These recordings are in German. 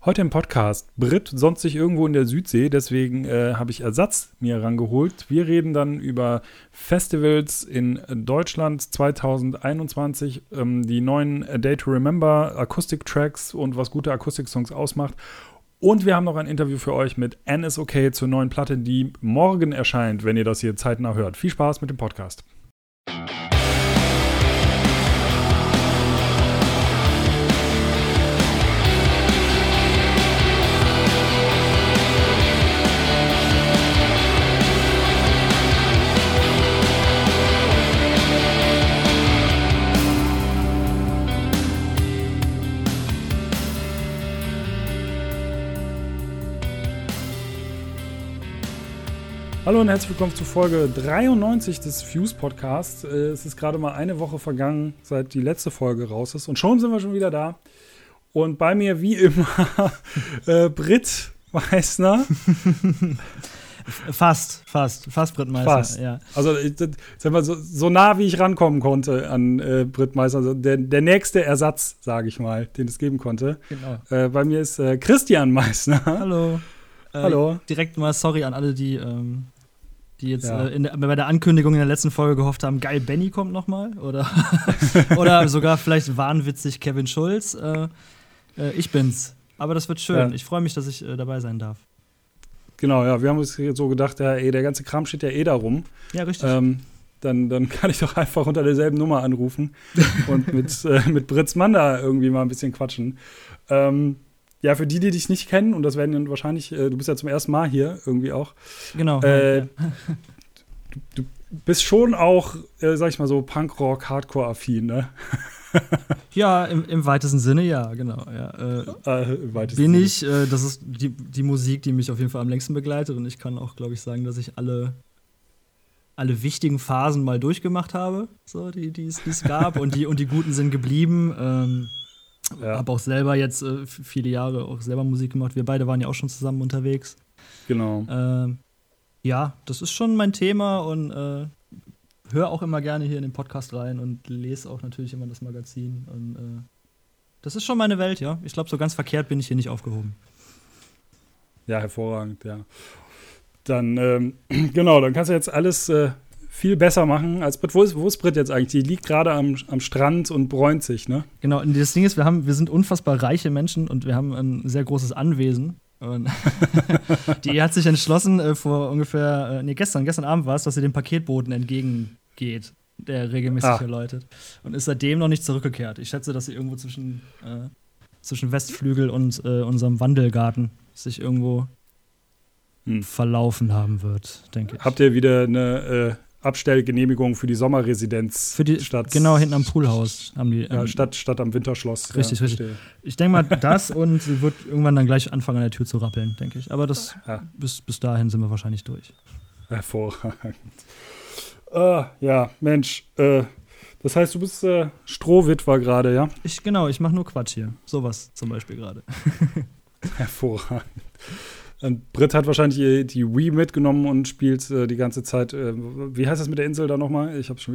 Heute im Podcast. Brit sonst sich irgendwo in der Südsee, deswegen habe ich Ersatz mir rangeholt. Wir reden dann über Festivals in Deutschland 2021, die neuen A Day to Remember Akustik-Tracks und was gute Akustik-Songs ausmacht. Und wir haben noch ein Interview für euch mit N is OK zur neuen Platte, die morgen erscheint, wenn ihr das hier zeitnah hört. Viel Spaß mit dem Podcast. Hallo und herzlich willkommen zu Folge 93 des Fuse Podcasts. Es ist gerade mal eine Woche vergangen, seit die letzte Folge raus ist. Und schon sind wir schon wieder da. Und bei mir wie immer Brit Meißner. Fast Brit Meißner. Fast. Ja. Also sag mal, so nah wie ich rankommen konnte an Brit Meißner. Also der nächste Ersatz, sage ich mal, den es geben konnte. Genau. Bei mir ist Christian Meißner. Hallo. Hallo. Direkt mal sorry an alle, die jetzt bei der Ankündigung in der letzten Folge gehofft haben, geil, Benny kommt nochmal. Oder sogar vielleicht wahnwitzig Kevin Schulz. Ich bin's. Aber das wird schön. Ja. Ich freue mich, dass ich dabei sein darf. Genau, ja. Wir haben uns jetzt so gedacht, ja, der ganze Kram steht ja da rum. Ja, richtig. Dann kann ich doch einfach unter derselben Nummer anrufen und mit Brits Mann da irgendwie mal ein bisschen quatschen. Ja, für die dich nicht kennen, und das werden dann wahrscheinlich, du bist ja zum ersten Mal hier irgendwie auch. Genau. Du bist schon auch, sag ich mal so, Punkrock, Hardcore-affin, ne? Ja, im weitesten Sinne, ja, genau. Ja. Im weitesten bin ich, das ist die Musik, die mich auf jeden Fall am längsten begleitet, und ich kann auch, glaube ich, sagen, dass ich alle wichtigen Phasen mal durchgemacht habe, so, die es gab, und die guten sind geblieben. Ja. Habe auch selber jetzt viele Jahre auch selber Musik gemacht. Wir beide waren ja auch schon zusammen unterwegs. Genau. Ja, das ist schon mein Thema, und höre auch immer gerne hier in den Podcast rein und lese auch natürlich immer das Magazin. Und das ist schon meine Welt, ja. Ich glaube, so ganz verkehrt bin ich hier nicht aufgehoben. Ja, hervorragend, ja. Dann, genau, dann kannst du jetzt alles viel besser machen als Brit. Wo ist Brit jetzt eigentlich? Die liegt gerade am Strand und bräunt sich, ne? Genau, und das Ding ist, wir sind unfassbar reiche Menschen und wir haben ein sehr großes Anwesen. Und die hat sich entschlossen, vor ungefähr, gestern Abend war es, dass sie dem Paketboten entgegengeht, der regelmäßig hier läutet. Und ist seitdem noch nicht zurückgekehrt. Ich schätze, dass sie irgendwo zwischen Westflügel und unserem Wandelgarten sich irgendwo verlaufen haben wird, denke ich. Habt ihr wieder eine Abstellgenehmigung für die Sommerresidenz statt? Genau, hinten am Poolhaus haben die. Statt am Winterschloss. Richtig. Ich denke mal, das, und sie wird irgendwann dann gleich anfangen, an der Tür zu rappeln, denke ich. Aber bis dahin sind wir wahrscheinlich durch. Hervorragend. Ja, Mensch. Das heißt, du bist Strohwitwer gerade, ja? Ich mache nur Quatsch hier. Sowas zum Beispiel gerade. Hervorragend. Und Brit hat wahrscheinlich die Wii mitgenommen und spielt die ganze Zeit. Wie heißt das mit der Insel da nochmal? Ich hab's schon.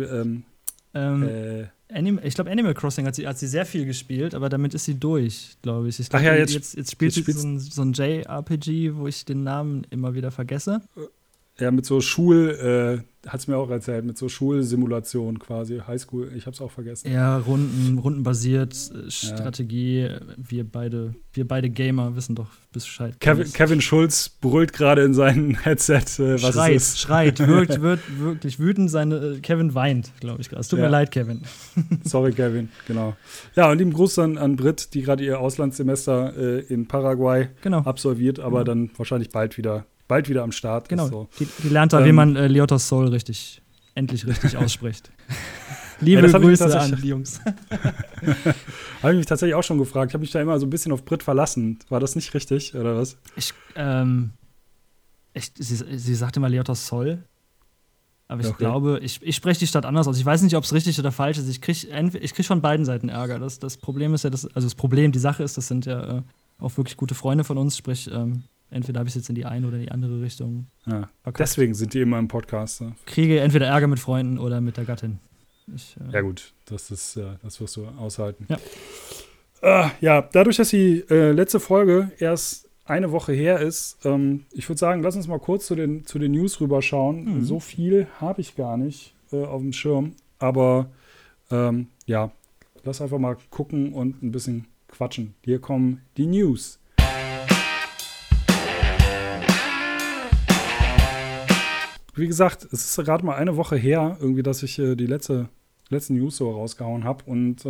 Ich glaube, Animal Crossing hat sie sehr viel gespielt, aber damit ist sie durch, glaube ich. Ach ja, jetzt spielt sie so ein JRPG, wo ich den Namen immer wieder vergesse. Ja, mit so hat's mir auch erzählt, mit so Schulsimulation quasi, Highschool, ich hab's auch vergessen. Ja, rundenbasiert, Strategie, wir beide Gamer wissen doch Bescheid. Kevin Schulz brüllt gerade in sein Headset, was es ist. Schreit, wird wirklich wütend, Kevin weint, glaube ich gerade. Es tut mir leid, Kevin. Sorry, Kevin, genau. Ja, und lieben Gruß an Brit, die gerade ihr Auslandssemester in Paraguay absolviert, aber dann wahrscheinlich bald wieder am Start. Genau, so. die lernt da, wie man Lyotos Soul endlich richtig ausspricht. Liebe Grüße an die Jungs. Habe ich mich tatsächlich auch schon gefragt. Ich habe mich da immer so ein bisschen auf Brit verlassen. War das nicht richtig, oder was? Sie sagte mal Lyotos Soul. Aber ich glaube, ich spreche die Stadt anders aus. Ich weiß nicht, ob es richtig oder falsch ist. Ich krieg von beiden Seiten Ärger. Das Problem ist ja, die Sache ist, das sind ja auch wirklich gute Freunde von uns, sprich, entweder habe ich es jetzt in die eine oder in die andere Richtung verkauft. Deswegen sind die immer im Podcast. Ne? Kriege entweder Ärger mit Freunden oder mit der Gattin. Ja gut, das wirst du aushalten. Ja. Ja, dadurch, dass die letzte Folge erst eine Woche her ist, ich würde sagen, lass uns mal kurz zu den News rüberschauen. So viel habe ich gar nicht auf dem Schirm. Aber ja, lass einfach mal gucken und ein bisschen quatschen. Hier kommen die News. Wie gesagt, es ist gerade mal eine Woche her, irgendwie, dass ich die letzten News so rausgehauen habe. Und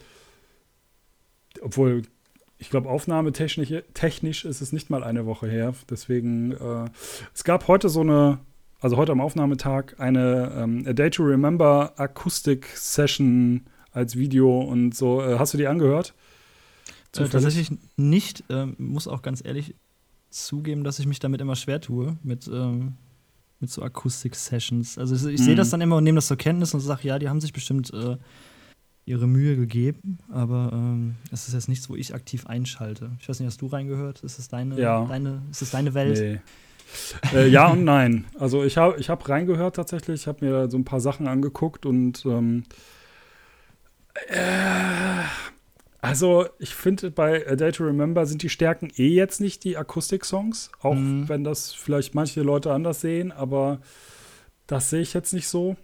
obwohl, ich glaube, aufnahmetechnisch ist es nicht mal eine Woche her. Deswegen, es gab heute heute am Aufnahmetag eine A Day to Remember Akustik-Session als Video und so. Hast du die angehört? Tatsächlich nicht. Muss auch ganz ehrlich zugeben, dass ich mich damit immer schwer tue, mit so Akustik-Sessions. Also ich sehe das dann immer und nehme das zur Kenntnis und sage, ja, die haben sich bestimmt ihre Mühe gegeben, aber es ist jetzt nichts, wo ich aktiv einschalte. Ich weiß nicht, hast du reingehört? Ist es deine Welt? Nee. Ja und nein. Also ich hab reingehört tatsächlich, ich habe mir so ein paar Sachen angeguckt und also ich finde, bei A Day to Remember sind die Stärken jetzt nicht die Akustik-Songs, auch wenn das vielleicht manche Leute anders sehen, aber das sehe ich jetzt nicht so.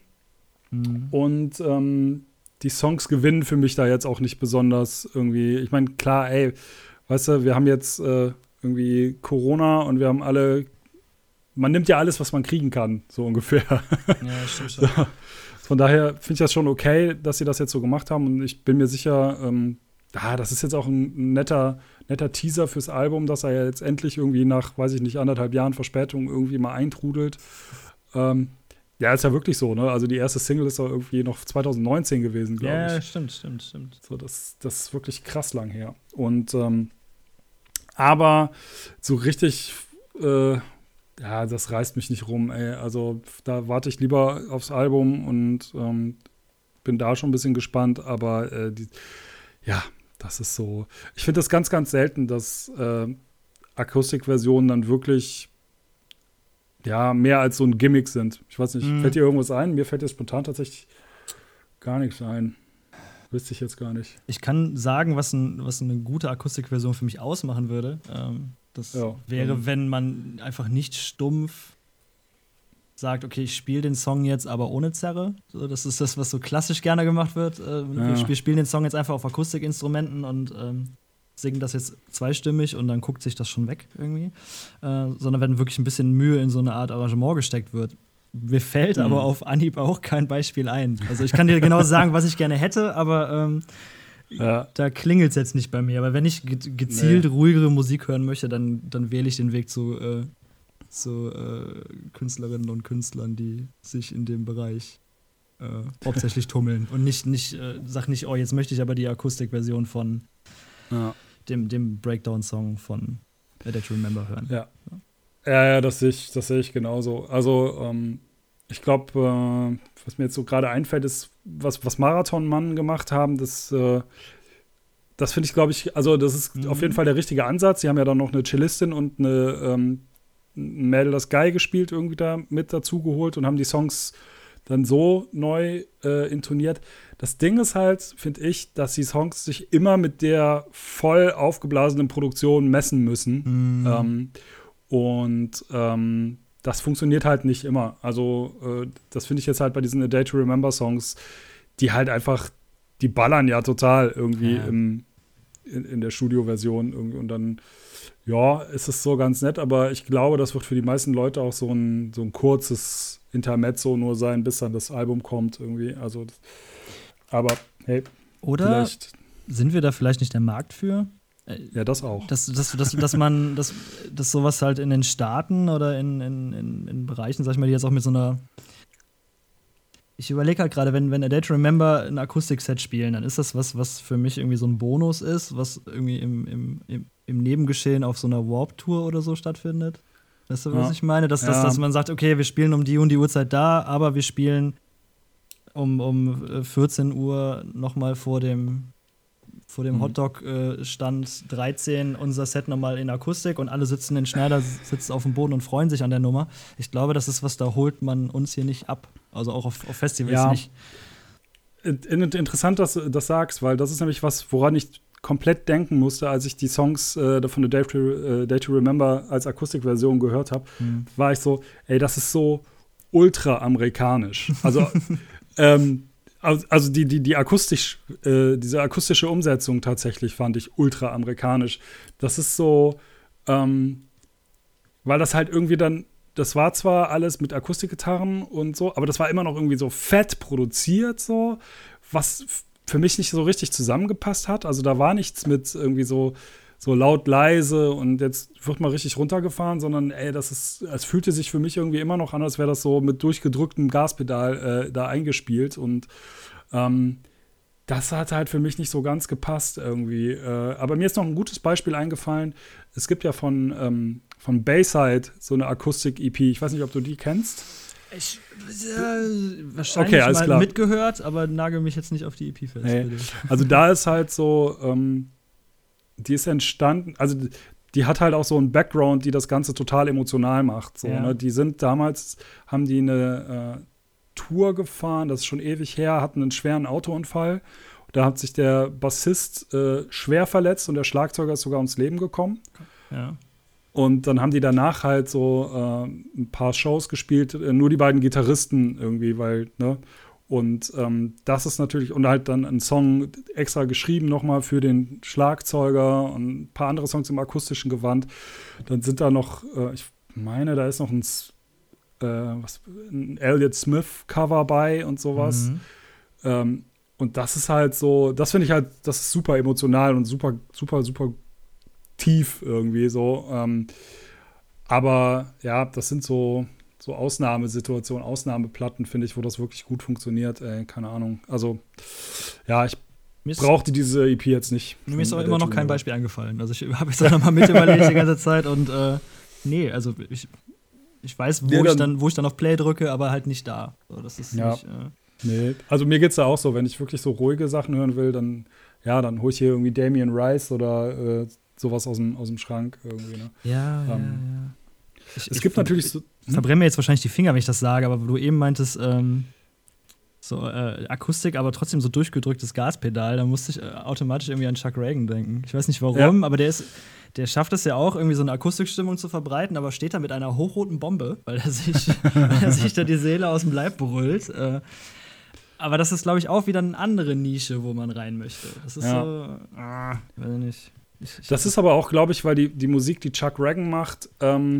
Und die Songs gewinnen für mich da jetzt auch nicht besonders irgendwie. Ich meine, klar, weißt du, wir haben jetzt irgendwie Corona und wir haben man nimmt ja alles, was man kriegen kann, so ungefähr. Ja, stimmt schon. So. Von daher finde ich das schon okay, dass sie das jetzt so gemacht haben und ich bin mir sicher, das ist jetzt auch ein netter Teaser fürs Album, dass er ja jetzt endlich irgendwie nach, weiß ich nicht, 1,5 Jahren Verspätung irgendwie mal eintrudelt. Ja, ist ja wirklich so, ne? Also die erste Single ist doch irgendwie noch 2019 gewesen, glaube ich. Ja, stimmt. So, das ist wirklich krass lang her. Und aber so richtig, das reißt mich nicht rum, ey. Also da warte ich lieber aufs Album und bin da schon ein bisschen gespannt, aber das ist so. Ich finde das ganz, ganz selten, dass Akustikversionen dann wirklich mehr als so ein Gimmick sind. Ich weiß nicht, fällt dir irgendwas ein? Mir fällt jetzt spontan tatsächlich gar nichts ein. Wüsste ich jetzt gar nicht. Ich kann sagen, was eine gute Akustikversion für mich ausmachen würde. Das wäre, wenn man einfach nicht stumpf sagt, okay, ich spiele den Song jetzt aber ohne Zerre. So, das ist das, was so klassisch gerne gemacht wird. Wir spielen den Song jetzt einfach auf Akustikinstrumenten und singen das jetzt zweistimmig und dann guckt sich das schon weg irgendwie. Sondern wenn wirklich ein bisschen Mühe in so eine Art Arrangement gesteckt wird. Mir fällt aber auf Anhieb auch kein Beispiel ein. Also ich kann dir genau sagen, was ich gerne hätte, aber da klingelt es jetzt nicht bei mir. Aber wenn ich gezielt ruhigere Musik hören möchte, dann wähle ich den Weg zu Künstlerinnen und Künstlern, die sich in dem Bereich hauptsächlich tummeln. Und sag nicht, oh, jetzt möchte ich aber die Akustikversion von dem Breakdown-Song von A Day to Remember hören. Ja, das sehe ich genauso. Also, ich glaube, was mir jetzt so gerade einfällt, ist, was Marathon-Mann gemacht haben, das finde ich, glaube ich, also das ist auf jeden Fall der richtige Ansatz. Sie haben ja dann noch eine Cellistin und eine Mädel das Geige gespielt, irgendwie da mit dazu geholt und haben die Songs dann so neu intoniert. Das Ding ist halt, finde ich, dass die Songs sich immer mit der voll aufgeblasenen Produktion messen müssen. Das funktioniert halt nicht immer. Also, das finde ich jetzt halt bei diesen A Day to Remember Songs, die halt einfach, die ballern ja total irgendwie in der Studioversion irgendwie. Und dann, ist es so ganz nett, aber ich glaube, das wird für die meisten Leute auch so ein kurzes Intermezzo nur sein, bis dann das Album kommt irgendwie. Also, aber hey, oder vielleicht sind wir da vielleicht nicht der Markt für? Ja, das auch. Dass sowas halt in den Staaten oder in Bereichen, sag ich mal, die jetzt auch mit so einer. Ich überlege halt gerade, wenn A Day to Remember ein Akustikset spielen, dann ist das was für mich irgendwie so ein Bonus ist, was irgendwie im Nebengeschehen auf so einer Warp-Tour oder so stattfindet. Weißt du, was ich meine? Dass man sagt, okay, wir spielen um die und die Uhrzeit da, aber wir spielen um 14 Uhr nochmal vor dem Hotdog-Stand 13 unser Set nochmal in Akustik und alle sitzen in Schneider, sitzen auf dem Boden und freuen sich an der Nummer. Ich glaube, das ist was, da holt man uns hier nicht ab. Also auch auf Festivals nicht. Interessant, dass du das sagst, weil das ist nämlich was, woran ich komplett denken musste, als ich die Songs von The Day to Remember als Akustikversion gehört habe, war ich so, ey, das ist so ultra amerikanisch. Also also die diese akustische Umsetzung tatsächlich fand ich ultra amerikanisch. Das ist so, weil das halt irgendwie dann, das war zwar alles mit Akustikgitarren und so, aber das war immer noch irgendwie so fett produziert, so, was für mich nicht so richtig zusammengepasst hat. Also da war nichts mit irgendwie so laut, leise und jetzt wird mal richtig runtergefahren, sondern ey, es fühlte sich für mich irgendwie immer noch an, als wäre das so mit durchgedrücktem Gaspedal da eingespielt und das hat halt für mich nicht so ganz gepasst irgendwie. Aber mir ist noch ein gutes Beispiel eingefallen. Es gibt ja von Bayside so eine Akustik-EP. Ich weiß nicht, ob du die kennst. Wahrscheinlich okay, alles mal klar. mitgehört, aber nagel mich jetzt nicht auf die EP fest. Hey. Also da ist halt so, die ist entstanden, also die hat halt auch so einen Background, die das Ganze total emotional macht. So, ne? Die sind damals, haben die eine Tour gefahren, das ist schon ewig her, hatten einen schweren Autounfall. Da hat sich der Bassist schwer verletzt und der Schlagzeuger ist sogar ums Leben gekommen. Ja. Und dann haben die danach halt so ein paar Shows gespielt, nur die beiden Gitarristen irgendwie, weil, ne? Und das ist natürlich, und halt dann ein Song extra geschrieben nochmal für den Schlagzeuger und ein paar andere Songs im akustischen Gewand. Dann sind da noch, ich meine, da ist noch ein Elliott Smith-Cover bei und sowas. Und das ist halt so, das finde ich halt, das ist super emotional und super, super, super tief irgendwie so. Aber ja, das sind so Ausnahmesituationen, Ausnahmeplatten, finde ich, wo das wirklich gut funktioniert. Keine Ahnung. Also, ja, ich brauchte diese EP jetzt nicht. Mir ist auch immer noch kein Beispiel eingefallen. Also, ich habe jetzt da nochmal mit überlegt die ganze Zeit und nee, also ich weiß, wo ich dann auf Play drücke, aber halt nicht da. So, das ist nicht. Nee, also mir geht's da auch so, wenn ich wirklich so ruhige Sachen hören will, dann hole ich hier irgendwie Damien Rice oder sowas aus dem Schrank irgendwie. Ne? Ja. Es gibt natürlich so. Ich verbrenne mir jetzt wahrscheinlich die Finger, wenn ich das sage, aber du eben meintest, Akustik, aber trotzdem so durchgedrücktes Gaspedal, da musste ich automatisch irgendwie an Chuck Ragan denken. Ich weiß nicht warum, aber der schafft es ja auch, irgendwie so eine Akustikstimmung zu verbreiten, aber steht da mit einer hochroten Bombe, weil er sich da die Seele aus dem Leib brüllt. Aber das ist, glaube ich, auch wieder eine andere Nische, wo man rein möchte. Das ist weiß nicht. Das ist aber auch, glaube ich, weil die Musik, die Chuck Ragan macht,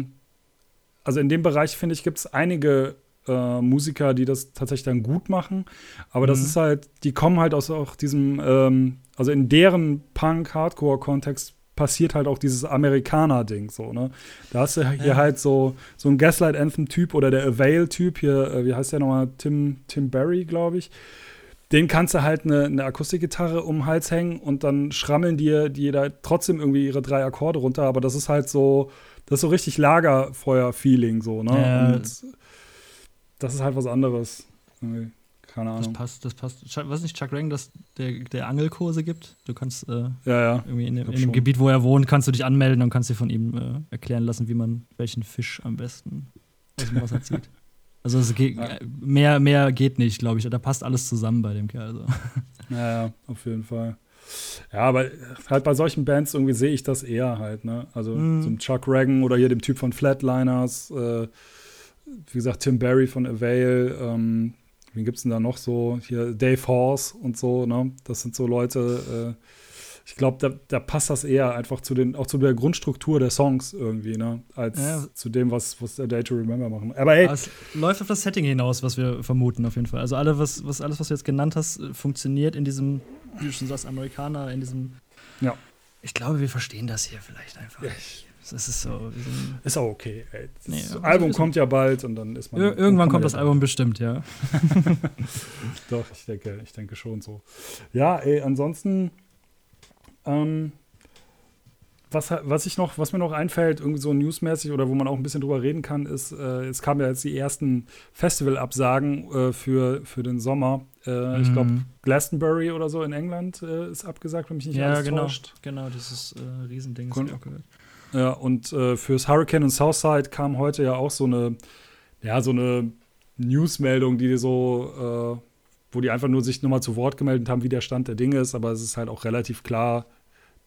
also in dem Bereich, finde ich, gibt es einige Musiker, die das tatsächlich dann gut machen. Aber das ist halt, die kommen halt aus auch diesem, also in deren Punk-Hardcore-Kontext passiert halt auch dieses Amerikaner-Ding so, ne? Da hast du hier halt so ein Gaslight-Anthem-Typ oder der Avail-Typ hier, wie heißt der nochmal? Tim Barry, glaube ich. Den kannst du halt eine Akustikgitarre um den Hals hängen und dann schrammeln die da trotzdem irgendwie ihre 3 Akkorde runter, aber das ist halt so, das ist so richtig Lagerfeuer-Feeling so, ne? Ja. Und das ist halt was anderes. Keine Ahnung. Das passt. Was nicht, Chuck Ragan, dass der Angelkurse gibt? Du kannst irgendwie in dem schon. Gebiet, wo er wohnt, kannst du dich anmelden und kannst dir von ihm erklären lassen, wie man welchen Fisch am besten aus dem Wasser zieht. Also mehr geht nicht, glaube ich. Da passt alles zusammen bei dem Kerl. Also. Ja, auf jeden Fall. Ja, aber halt bei solchen Bands irgendwie sehe ich das eher halt, ne? Also so einem Chuck Ragan oder hier dem Typ von Flatliners, wie gesagt, Tim Barry von Avail, wen gibt's denn da noch so? Hier Dave Horse und so, ne? Das sind so Leute, ich glaube, da passt das eher einfach auch zu der Grundstruktur der Songs irgendwie, ne? Als zu dem, was A Day to Remember machen. Aber ey. Es läuft auf das Setting hinaus, was wir vermuten, auf jeden Fall. Also alles, was du jetzt genannt hast, funktioniert in diesem, wie du schon sagst, Amerikaner, in diesem. Ja. Ich glaube, wir verstehen das hier vielleicht einfach nicht. Das ist so. Ist auch okay, ey. Das Nee, Album kommt ja bald und dann ist man. Irgendwann kommt das Album bestimmt, ja. Doch, ich denke schon so. Ja, ey, ansonsten. Was mir noch einfällt, irgendwie so newsmäßig oder wo man auch ein bisschen drüber reden kann, ist, es kamen ja jetzt die ersten Festivalabsagen für den Sommer. Ich glaube, Glastonbury oder so in England ist abgesagt, wenn mich nicht alles täuscht. Genau, dieses Riesending, das habe ich auch gehört. Ja, und fürs Hurricane in Southside kam heute ja auch so eine Newsmeldung, die so wo die einfach nur sich nochmal zu Wort gemeldet haben, wie der Stand der Dinge ist, aber es ist halt auch relativ klar,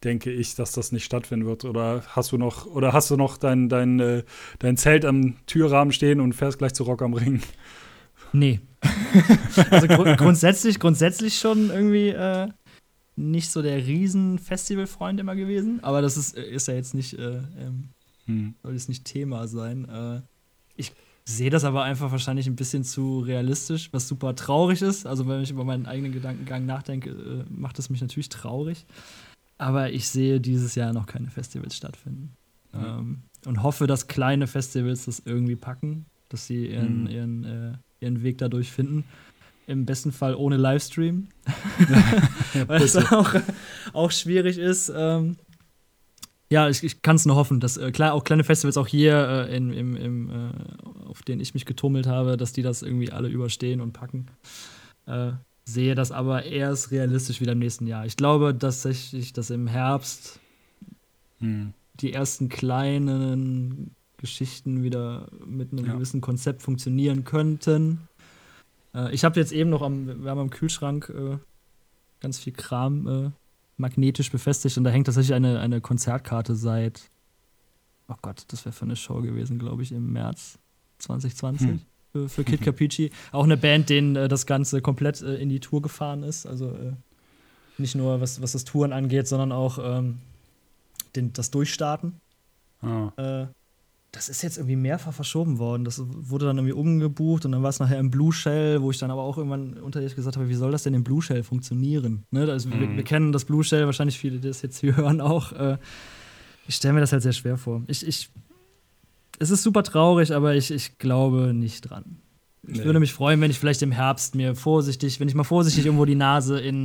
denke ich, dass das nicht stattfinden wird. Oder hast du noch dein Zelt am Türrahmen stehen und fährst gleich zu Rock am Ring? Nee. Also grundsätzlich schon irgendwie nicht so der Riesen-Festival-Freund immer gewesen. Aber das ist ja jetzt nicht, soll jetzt nicht Thema sein. Ich sehe das aber einfach wahrscheinlich ein bisschen zu realistisch, was super traurig ist. Also wenn ich über meinen eigenen Gedankengang nachdenke, macht es mich natürlich traurig. Aber ich sehe dieses Jahr noch keine Festivals stattfinden. Und hoffe, dass kleine Festivals das irgendwie packen, dass sie ihren Weg dadurch finden. Im besten Fall ohne Livestream. Weil es auch schwierig ist. Ja, ich kann es nur hoffen, dass auch kleine Festivals auch hier auf denen ich mich getummelt habe, dass die das irgendwie alle überstehen und packen. Sehe das aber erst realistisch wieder im nächsten Jahr. Ich glaube tatsächlich, dass im Herbst die ersten kleinen Geschichten wieder mit einem gewissen Konzept funktionieren könnten. Ich habe jetzt eben noch wir haben am Kühlschrank ganz viel Kram magnetisch befestigt und da hängt tatsächlich eine Konzertkarte seit, oh Gott, das wäre für eine Show gewesen, glaube ich, im März 2020 für Kid Capici. Auch eine Band, denen das Ganze komplett in die Tour gefahren ist. Also nicht nur was das Touren angeht, sondern auch das Durchstarten. Das ist jetzt irgendwie mehrfach verschoben worden. Das wurde dann irgendwie umgebucht und dann war es nachher im Blue Shell, wo ich dann aber auch irgendwann unterjährig gesagt habe, wie soll das denn im Blue Shell funktionieren? Ne? Wir kennen das Blue Shell, wahrscheinlich viele, die das jetzt hier hören auch. Ich stelle mir das halt sehr schwer vor. Es ist super traurig, aber ich glaube nicht dran. Ich würde mich freuen, wenn ich vielleicht im Herbst wenn ich mal vorsichtig irgendwo die Nase in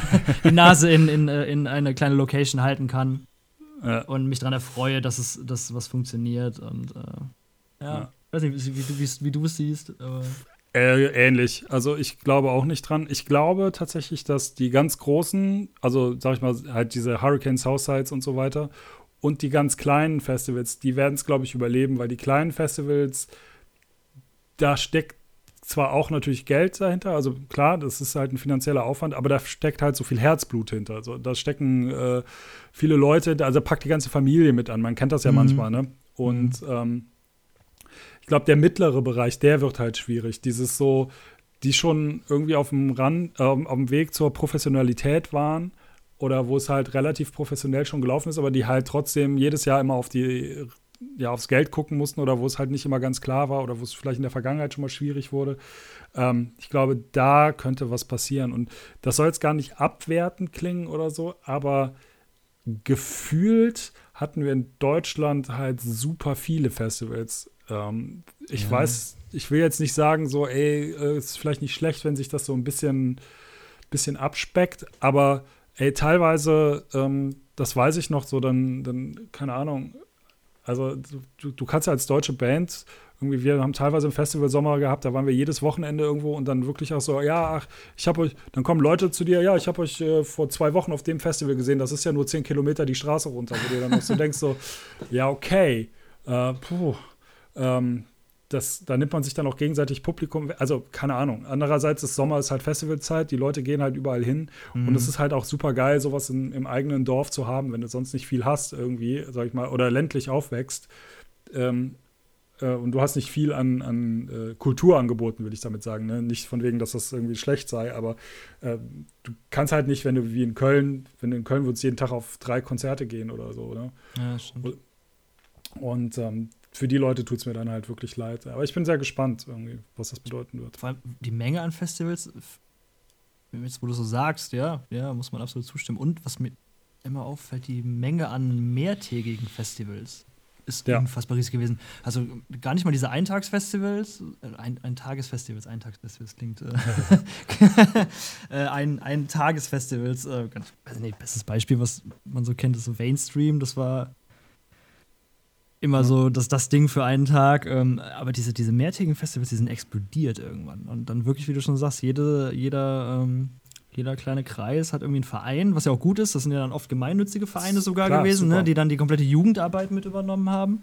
eine kleine Location halten kann. Und mich daran erfreue, dass was funktioniert. Und weiß nicht, wie du es siehst. Aber ähnlich. Also ich glaube auch nicht dran. Ich glaube tatsächlich, dass die ganz großen, also sag ich mal, halt diese Hurricane Southsides und so weiter und die ganz kleinen Festivals, die werden es, glaube ich, überleben, weil die kleinen Festivals, da steckt zwar auch natürlich Geld dahinter, also klar, das ist halt ein finanzieller Aufwand, aber da steckt halt so viel Herzblut hinter. Also da stecken viele Leute, also packt die ganze Familie mit an. Man kennt das ja manchmal, ne? Und ich glaube, der mittlere Bereich, der wird halt schwierig. Dieses so, die schon irgendwie auf dem Weg zur Professionalität waren oder wo es halt relativ professionell schon gelaufen ist, aber die halt trotzdem jedes Jahr immer aufs Geld gucken mussten oder wo es halt nicht immer ganz klar war oder wo es vielleicht in der Vergangenheit schon mal schwierig wurde. Ich glaube, da könnte was passieren. Und das soll jetzt gar nicht abwertend klingen oder so, aber gefühlt hatten wir in Deutschland halt super viele Festivals. Ich weiß, ich will jetzt nicht sagen, so, ist vielleicht nicht schlecht, wenn sich das so ein bisschen abspeckt, aber teilweise, das weiß ich noch so, dann keine Ahnung. Also du kannst ja als deutsche Band irgendwie, wir haben teilweise im Festival Sommer gehabt, da waren wir jedes Wochenende irgendwo und dann wirklich auch so, dann kommen Leute zu dir, ich habe euch vor 2 Wochen auf dem Festival gesehen, das ist ja nur 10 Kilometer die Straße runter, wo du dann auch so denkst, so, ja, okay, da nimmt man sich dann auch gegenseitig Publikum, also keine Ahnung. Andererseits ist Sommer ist halt Festivalzeit, die Leute gehen halt überall hin und es ist halt auch super geil, sowas im eigenen Dorf zu haben, wenn du sonst nicht viel hast irgendwie, sag ich mal, oder ländlich aufwächst und du hast nicht viel an Kulturangeboten, würde ich damit sagen, ne? Nicht von wegen, dass das irgendwie schlecht sei, aber du kannst halt nicht, wenn du in Köln würdest jeden Tag auf 3 Konzerte gehen oder so, ne? Ja, stimmt. Und für die Leute tut es mir dann halt wirklich leid. Aber ich bin sehr gespannt, irgendwie, was das bedeuten wird. Vor allem die Menge an Festivals, jetzt wo du so sagst, ja, muss man absolut zustimmen. Und was mir immer auffällt, die Menge an mehrtägigen Festivals ist unfassbar riesig gewesen. Also gar nicht mal diese Eintagsfestivals klingt Eintagesfestivals, bestes Beispiel, was man so kennt, ist so Mainstream, das war immer so das Ding für einen Tag, aber diese mehrtägigen Festivals, die sind explodiert irgendwann. Und dann wirklich, wie du schon sagst, jeder kleine Kreis hat irgendwie einen Verein, was ja auch gut ist. Das sind ja dann oft gemeinnützige Vereine sogar gewesen, ne, die dann die komplette Jugendarbeit mit übernommen haben.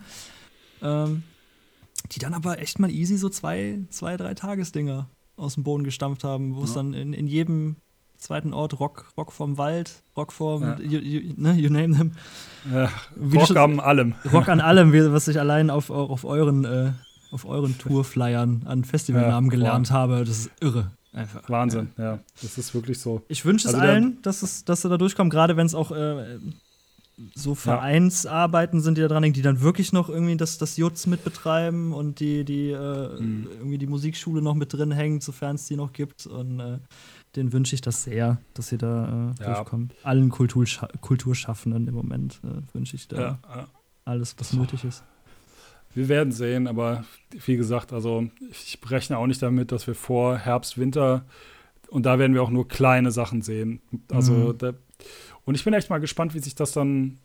Die dann aber echt mal easy so 2-3 Tagesdinger aus dem Boden gestampft haben, wo es dann in jedem zweiten Ort, Rock vom Wald, Rock vom, you name them. Ja, Rock an allem. Rock an allem, was ich allein auf euren Tourflyern an Festivalnamen gelernt habe. Das ist irre. Einfach. Wahnsinn, ja. Das ist wirklich so. Ich wünsche es allen, dass sie da durchkommen, gerade wenn es auch so Vereinsarbeiten sind, die da dran hängen, die dann wirklich noch irgendwie das Jutz mit betreiben und die irgendwie die Musikschule noch mit drin hängt, sofern es die noch gibt. Und denen wünsche ich das sehr, dass sie da durchkommen. Allen Kulturschaffenden im Moment wünsche ich da alles, was nötig ist. Wir werden sehen, aber wie gesagt, also ich rechne auch nicht damit, dass wir vor Herbst, Winter und da werden wir auch nur kleine Sachen sehen. Also und ich bin echt mal gespannt, wie sich das dann,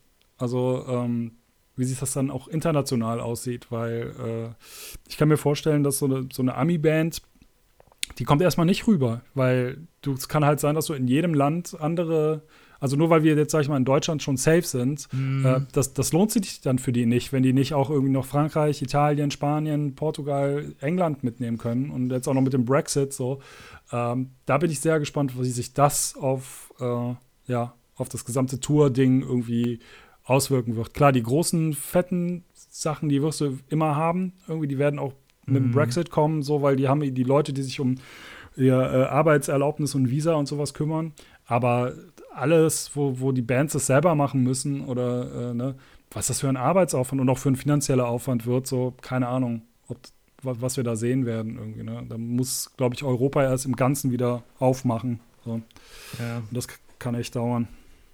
auch international aussieht, weil ich kann mir vorstellen, dass so eine Ami-Band, die kommt erstmal nicht rüber, weil es kann halt sein, dass so in jedem Land andere, also nur weil wir jetzt, sag ich mal, in Deutschland schon safe sind, das lohnt sich dann für die nicht, wenn die nicht auch irgendwie noch Frankreich, Italien, Spanien, Portugal, England mitnehmen können und jetzt auch noch mit dem Brexit so. Da bin ich sehr gespannt, wie sich das auf das gesamte Tour-Ding irgendwie auswirken wird. Klar, die großen, fetten Sachen, die wirst du immer haben. Irgendwie, die werden auch mit dem Brexit kommen, so, weil die haben die Leute, die sich um ihr Arbeitserlaubnis und Visa und sowas kümmern. Aber alles, wo die Bands das selber machen müssen oder was das für ein Arbeitsaufwand und auch für ein finanzieller Aufwand wird, so, keine Ahnung, was wir da sehen werden irgendwie. Ne? Da muss, glaube ich, Europa erst im Ganzen wieder aufmachen. So. Ja. Und das kann echt dauern.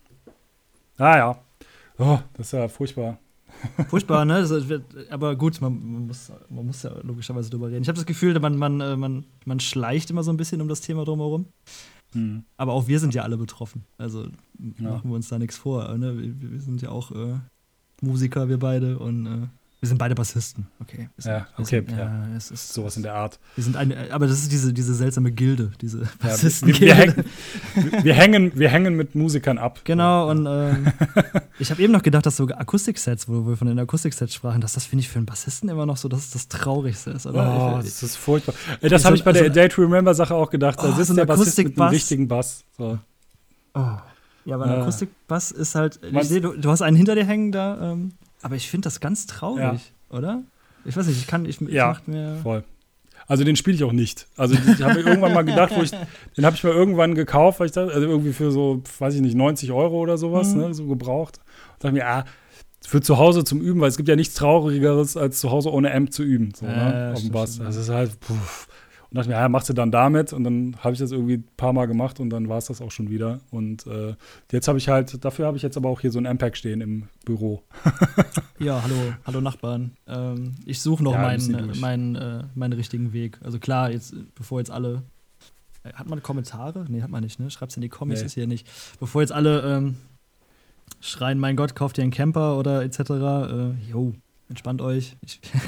Ja. Oh, das ist ja furchtbar. Furchtbar, ne? Aber gut, man muss ja logischerweise drüber reden. Ich habe das Gefühl, man schleicht immer so ein bisschen um das Thema drumherum. Aber auch wir sind ja alle betroffen. Also machen wir uns da nichts vor. Ne? Wir sind ja auch Musiker, wir beide. Und wir sind beide Bassisten. Okay. Es ist sowas in der Art. Wir sind aber das ist diese seltsame Gilde, diese Bassisten-Gilde. Wir hängen mit Musikern ab. Genau, und ich habe eben noch gedacht, dass so Akustiksets, wo wir von den Akustiksets sprachen, dass das, finde ich, für einen Bassisten immer noch so, dass das Traurigste ist. Oder? Das ist furchtbar. Das habe ich bei der Day to Remember-Sache auch gedacht. Da sitzt der Bassist mit einem richtigen Bass. So. Ja, aber ein Akustikbass ist halt, ich sehe, du hast einen hinter dir hängen da, aber ich finde das ganz traurig, oder? Ich weiß nicht, ich mach mir... voll. Also den spiele ich auch nicht. Also ich habe mir irgendwann mal gedacht, den habe ich mir irgendwann gekauft, weil ich dachte, also irgendwie für so, weiß ich nicht, 90 € oder sowas, ne, so gebraucht. Und dachte mir, für zu Hause zum Üben, weil es gibt ja nichts Traurigeres, als zu Hause ohne Amp zu üben, so, ne, auf dem Bass. Das ist halt, Und dachte mir, machst du dann damit? Und dann habe ich das irgendwie ein paar Mal gemacht und dann war es das auch schon wieder. Und jetzt habe ich dafür habe ich jetzt aber auch hier so ein Ampack stehen im Büro. Ja, hallo Nachbarn. Ich suche noch meinen richtigen Weg. Also klar, bevor jetzt alle. Hat man Kommentare? Nee, hat man nicht, ne? Schreib's in die Kommis, ist hier nicht. Bevor jetzt alle schreien, mein Gott, kauft ihr einen Camper oder etc. Entspannt euch.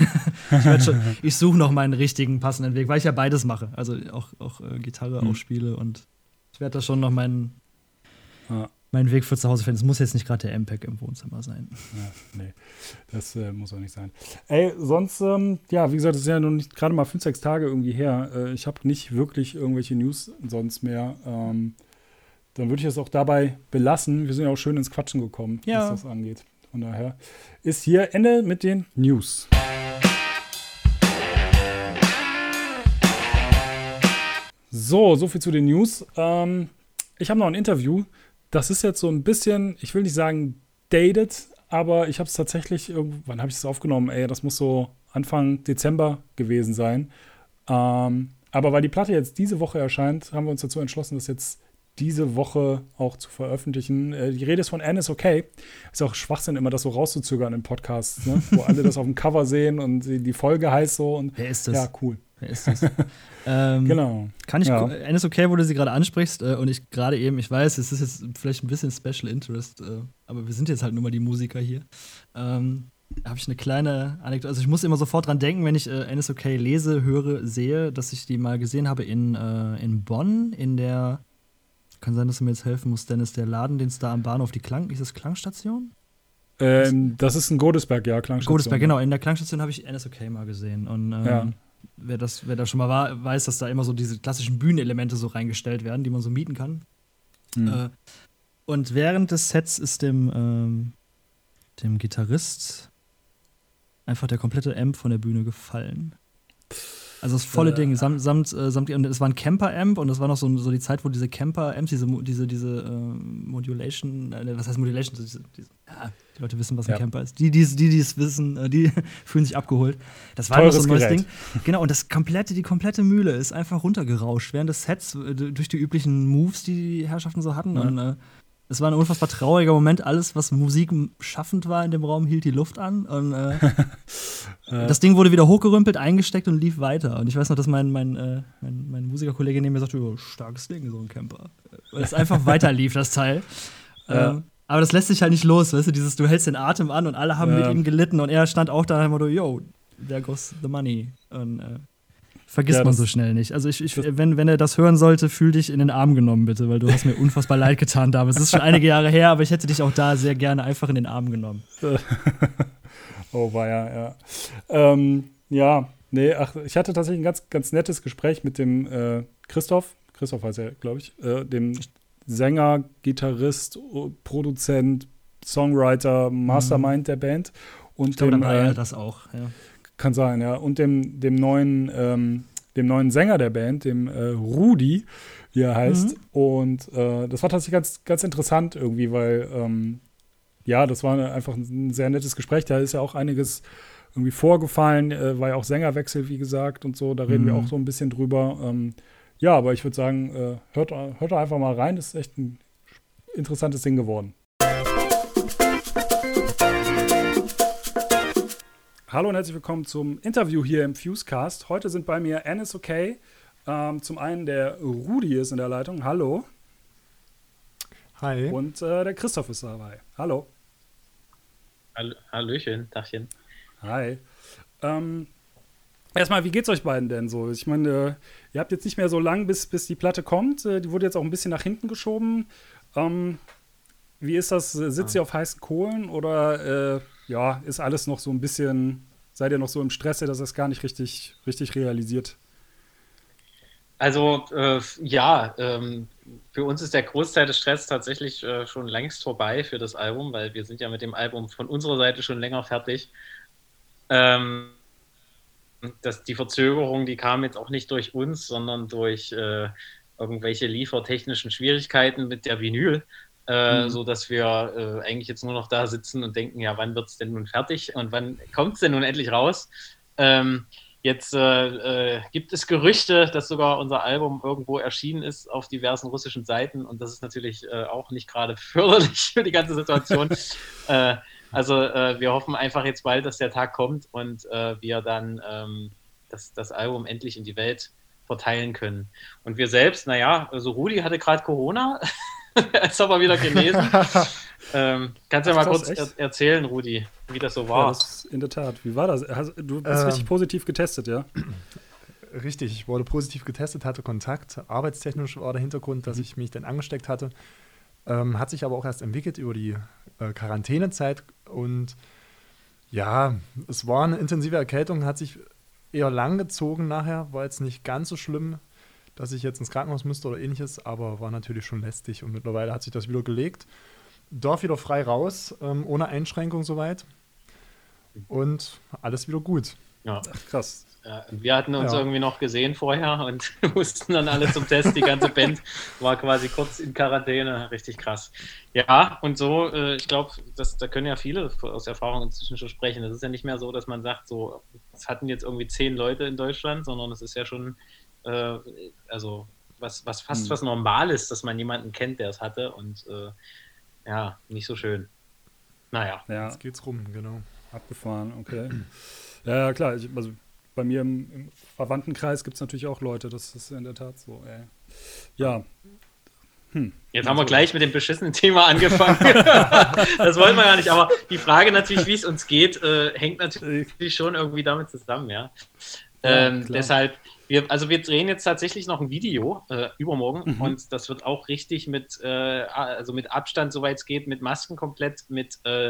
Ich suche noch meinen richtigen, passenden Weg, weil ich ja beides mache. Also auch Gitarre auch spiele und ich werde da schon noch meinen Weg für zu Hause finden. Es muss jetzt nicht gerade der Ampack im Wohnzimmer sein. Ja, nee, das muss auch nicht sein. Ey, sonst, wie gesagt, das ist ja noch nicht gerade mal 5-6 Tage irgendwie her. Ich habe nicht wirklich irgendwelche News sonst mehr. Dann würde ich es auch dabei belassen. Wir sind ja auch schön ins Quatschen gekommen, was das angeht. Von daher ist hier Ende mit den News. So viel zu den News. Ich habe noch ein Interview. Das ist jetzt so ein bisschen, ich will nicht sagen dated, aber ich habe es tatsächlich, wann habe ich es aufgenommen? Das muss so Anfang Dezember gewesen sein. Aber weil die Platte jetzt diese Woche erscheint, haben wir uns dazu entschlossen, das jetzt diese Woche auch zu veröffentlichen. Die Rede ist von NSOK. Ist auch Schwachsinn, immer das so rauszuzögern im Podcast, ne? Wo alle das auf dem Cover sehen und die Folge heißt so. Und wer ist das? Ja, cool. Wer ist das? Genau. Kann ich, NSOK, wo du sie gerade ansprichst, und ich gerade eben, ich weiß, es ist jetzt vielleicht ein bisschen Special Interest, aber wir sind jetzt halt nur mal die Musiker hier. Habe ich eine kleine Anekdote. Also ich muss immer sofort dran denken, wenn ich NSOK lese, höre, sehe, dass ich die mal gesehen habe in Bonn, in der kann sein, dass du mir jetzt helfen musst, Dennis, der Laden, den es da am Bahnhof, ist das Klangstation? Das ist ein Godesberg, ja, Klangstation. Godesberg, genau. In der Klangstation habe ich NSOK mal gesehen. Und wer da schon mal war, weiß, dass da immer so diese klassischen Bühnenelemente so reingestellt werden, die man so mieten kann. Und während des Sets ist dem Gitarrist einfach der komplette Amp von der Bühne gefallen. Also das volle Ding, samt und es war ein Camper-Amp und das war noch so die Zeit, wo diese Camper-Amps, diese Modulation, was heißt Modulation? Die Leute wissen, was ein Camper ist. Die es wissen, die fühlen sich abgeholt. Das war noch so ein neues Ding. Genau, und die komplette Mühle ist einfach runtergerauscht während des Sets durch die üblichen Moves, die Herrschaften so hatten. Und es war ein unfassbar trauriger Moment. Alles, was Musik schaffend war in dem Raum, hielt die Luft an. Und das Ding wurde wieder hochgerümpelt, eingesteckt und lief weiter. Und ich weiß noch, dass mein Musikerkollege neben mir sagte, starkes Ding, so ein Camper. Weil es einfach weiter lief, das Teil. Aber das lässt sich halt nicht los, weißt du, du hältst den Atem an und alle haben mit ihm gelitten. Und er stand auch da und immer so, there goes the money. Und vergisst man so schnell nicht. Also wenn er das hören sollte, fühl dich in den Arm genommen, bitte, weil du hast mir unfassbar leid getan damals. Es ist schon einige Jahre her, aber ich hätte dich auch da sehr gerne einfach in den Arm genommen. Oh, war ja. Ich hatte tatsächlich ein ganz, ganz nettes Gespräch mit dem Christoph heißt er, glaube ich, dem Sänger, Gitarrist, Produzent, Songwriter, Mastermind der Band. Und ich glaube, dann war er das auch, ja. Kann sein, ja. Und dem neuen Sänger der Band, dem Rudi, wie er heißt. Und das war tatsächlich ganz, ganz interessant irgendwie, weil das war einfach ein sehr nettes Gespräch. Da ist ja auch einiges irgendwie vorgefallen, war ja auch Sängerwechsel, wie gesagt, und so. Da reden wir auch so ein bisschen drüber. Aber ich würde sagen, hört einfach mal rein. Das ist echt ein interessantes Ding geworden. Hallo und herzlich willkommen zum Interview hier im Fusecast. Heute sind bei mir NSOK. Zum einen der Rudi ist in der Leitung. Hallo. Hi. Und der Christoph ist dabei. Hallo. Hallöchen, Tachchen. Hi. Erstmal, wie geht's euch beiden denn so? Ich meine, ihr habt jetzt nicht mehr so lang, bis die Platte kommt. Die wurde jetzt auch ein bisschen nach hinten geschoben. Wie ist das? Sitzt ihr auf heißen Kohlen oder ist alles noch so ein bisschen, seid ihr noch so im Stress, dass ihr das gar nicht richtig realisiert? Also, für uns ist der Großteil des Stress tatsächlich schon längst vorbei für das Album, weil wir sind ja mit dem Album von unserer Seite schon länger fertig. Die Verzögerung, die kam jetzt auch nicht durch uns, sondern durch irgendwelche liefertechnischen Schwierigkeiten mit der Vinyl. So dass wir eigentlich jetzt nur noch da sitzen und denken, ja, wann wird es denn nun fertig und wann kommt es denn nun endlich raus? Jetzt gibt es Gerüchte, dass sogar unser Album irgendwo erschienen ist auf diversen russischen Seiten und das ist natürlich auch nicht gerade förderlich für die ganze Situation. Wir hoffen einfach jetzt bald, dass der Tag kommt und wir dann das Album endlich in die Welt verteilen können. Und wir selbst, also Rudi hatte gerade Corona, er ist aber wieder genesen. Kannst du ja mal kurz erzählen, Rudi, wie das so war? Ja, das in der Tat. Wie war das? Du bist richtig positiv getestet, ja? Richtig, ich wurde positiv getestet, hatte Kontakt. Arbeitstechnisch war der Hintergrund, dass ich mich dann angesteckt hatte. Hat sich aber auch erst entwickelt über die Quarantänezeit. Und ja, es war eine intensive Erkältung, hat sich eher lang gezogen nachher, war jetzt nicht ganz so schlimm, dass ich jetzt ins Krankenhaus müsste oder ähnliches, aber war natürlich schon lästig und mittlerweile hat sich das wieder gelegt. Darf wieder frei raus, ohne Einschränkung soweit und alles wieder gut. Ja. Ach, krass. Wir hatten uns irgendwie noch gesehen vorher und mussten dann alle zum Test. Die ganze Band war quasi kurz in Quarantäne. Richtig krass. Ja, und so, ich glaube, da können ja viele aus Erfahrung inzwischen schon sprechen. Es ist ja nicht mehr so, dass man sagt, so, es hatten jetzt irgendwie 10 Leute in Deutschland, sondern es ist ja schon was Normales, dass man jemanden kennt, der es hatte und nicht so schön. Naja. Ja. Jetzt geht's rum, genau. Abgefahren, okay. Ja, klar. Bei mir im Verwandtenkreis gibt es natürlich auch Leute, das ist in der Tat so. Ja. Jetzt haben wir gleich mit dem beschissenen Thema angefangen. Das wollen wir ja nicht, aber die Frage natürlich, wie es uns geht, hängt natürlich schon irgendwie damit zusammen, ja. Deshalb, wir drehen jetzt tatsächlich noch ein Video übermorgen und das wird auch richtig mit Abstand, soweit es geht, mit Masken komplett, mit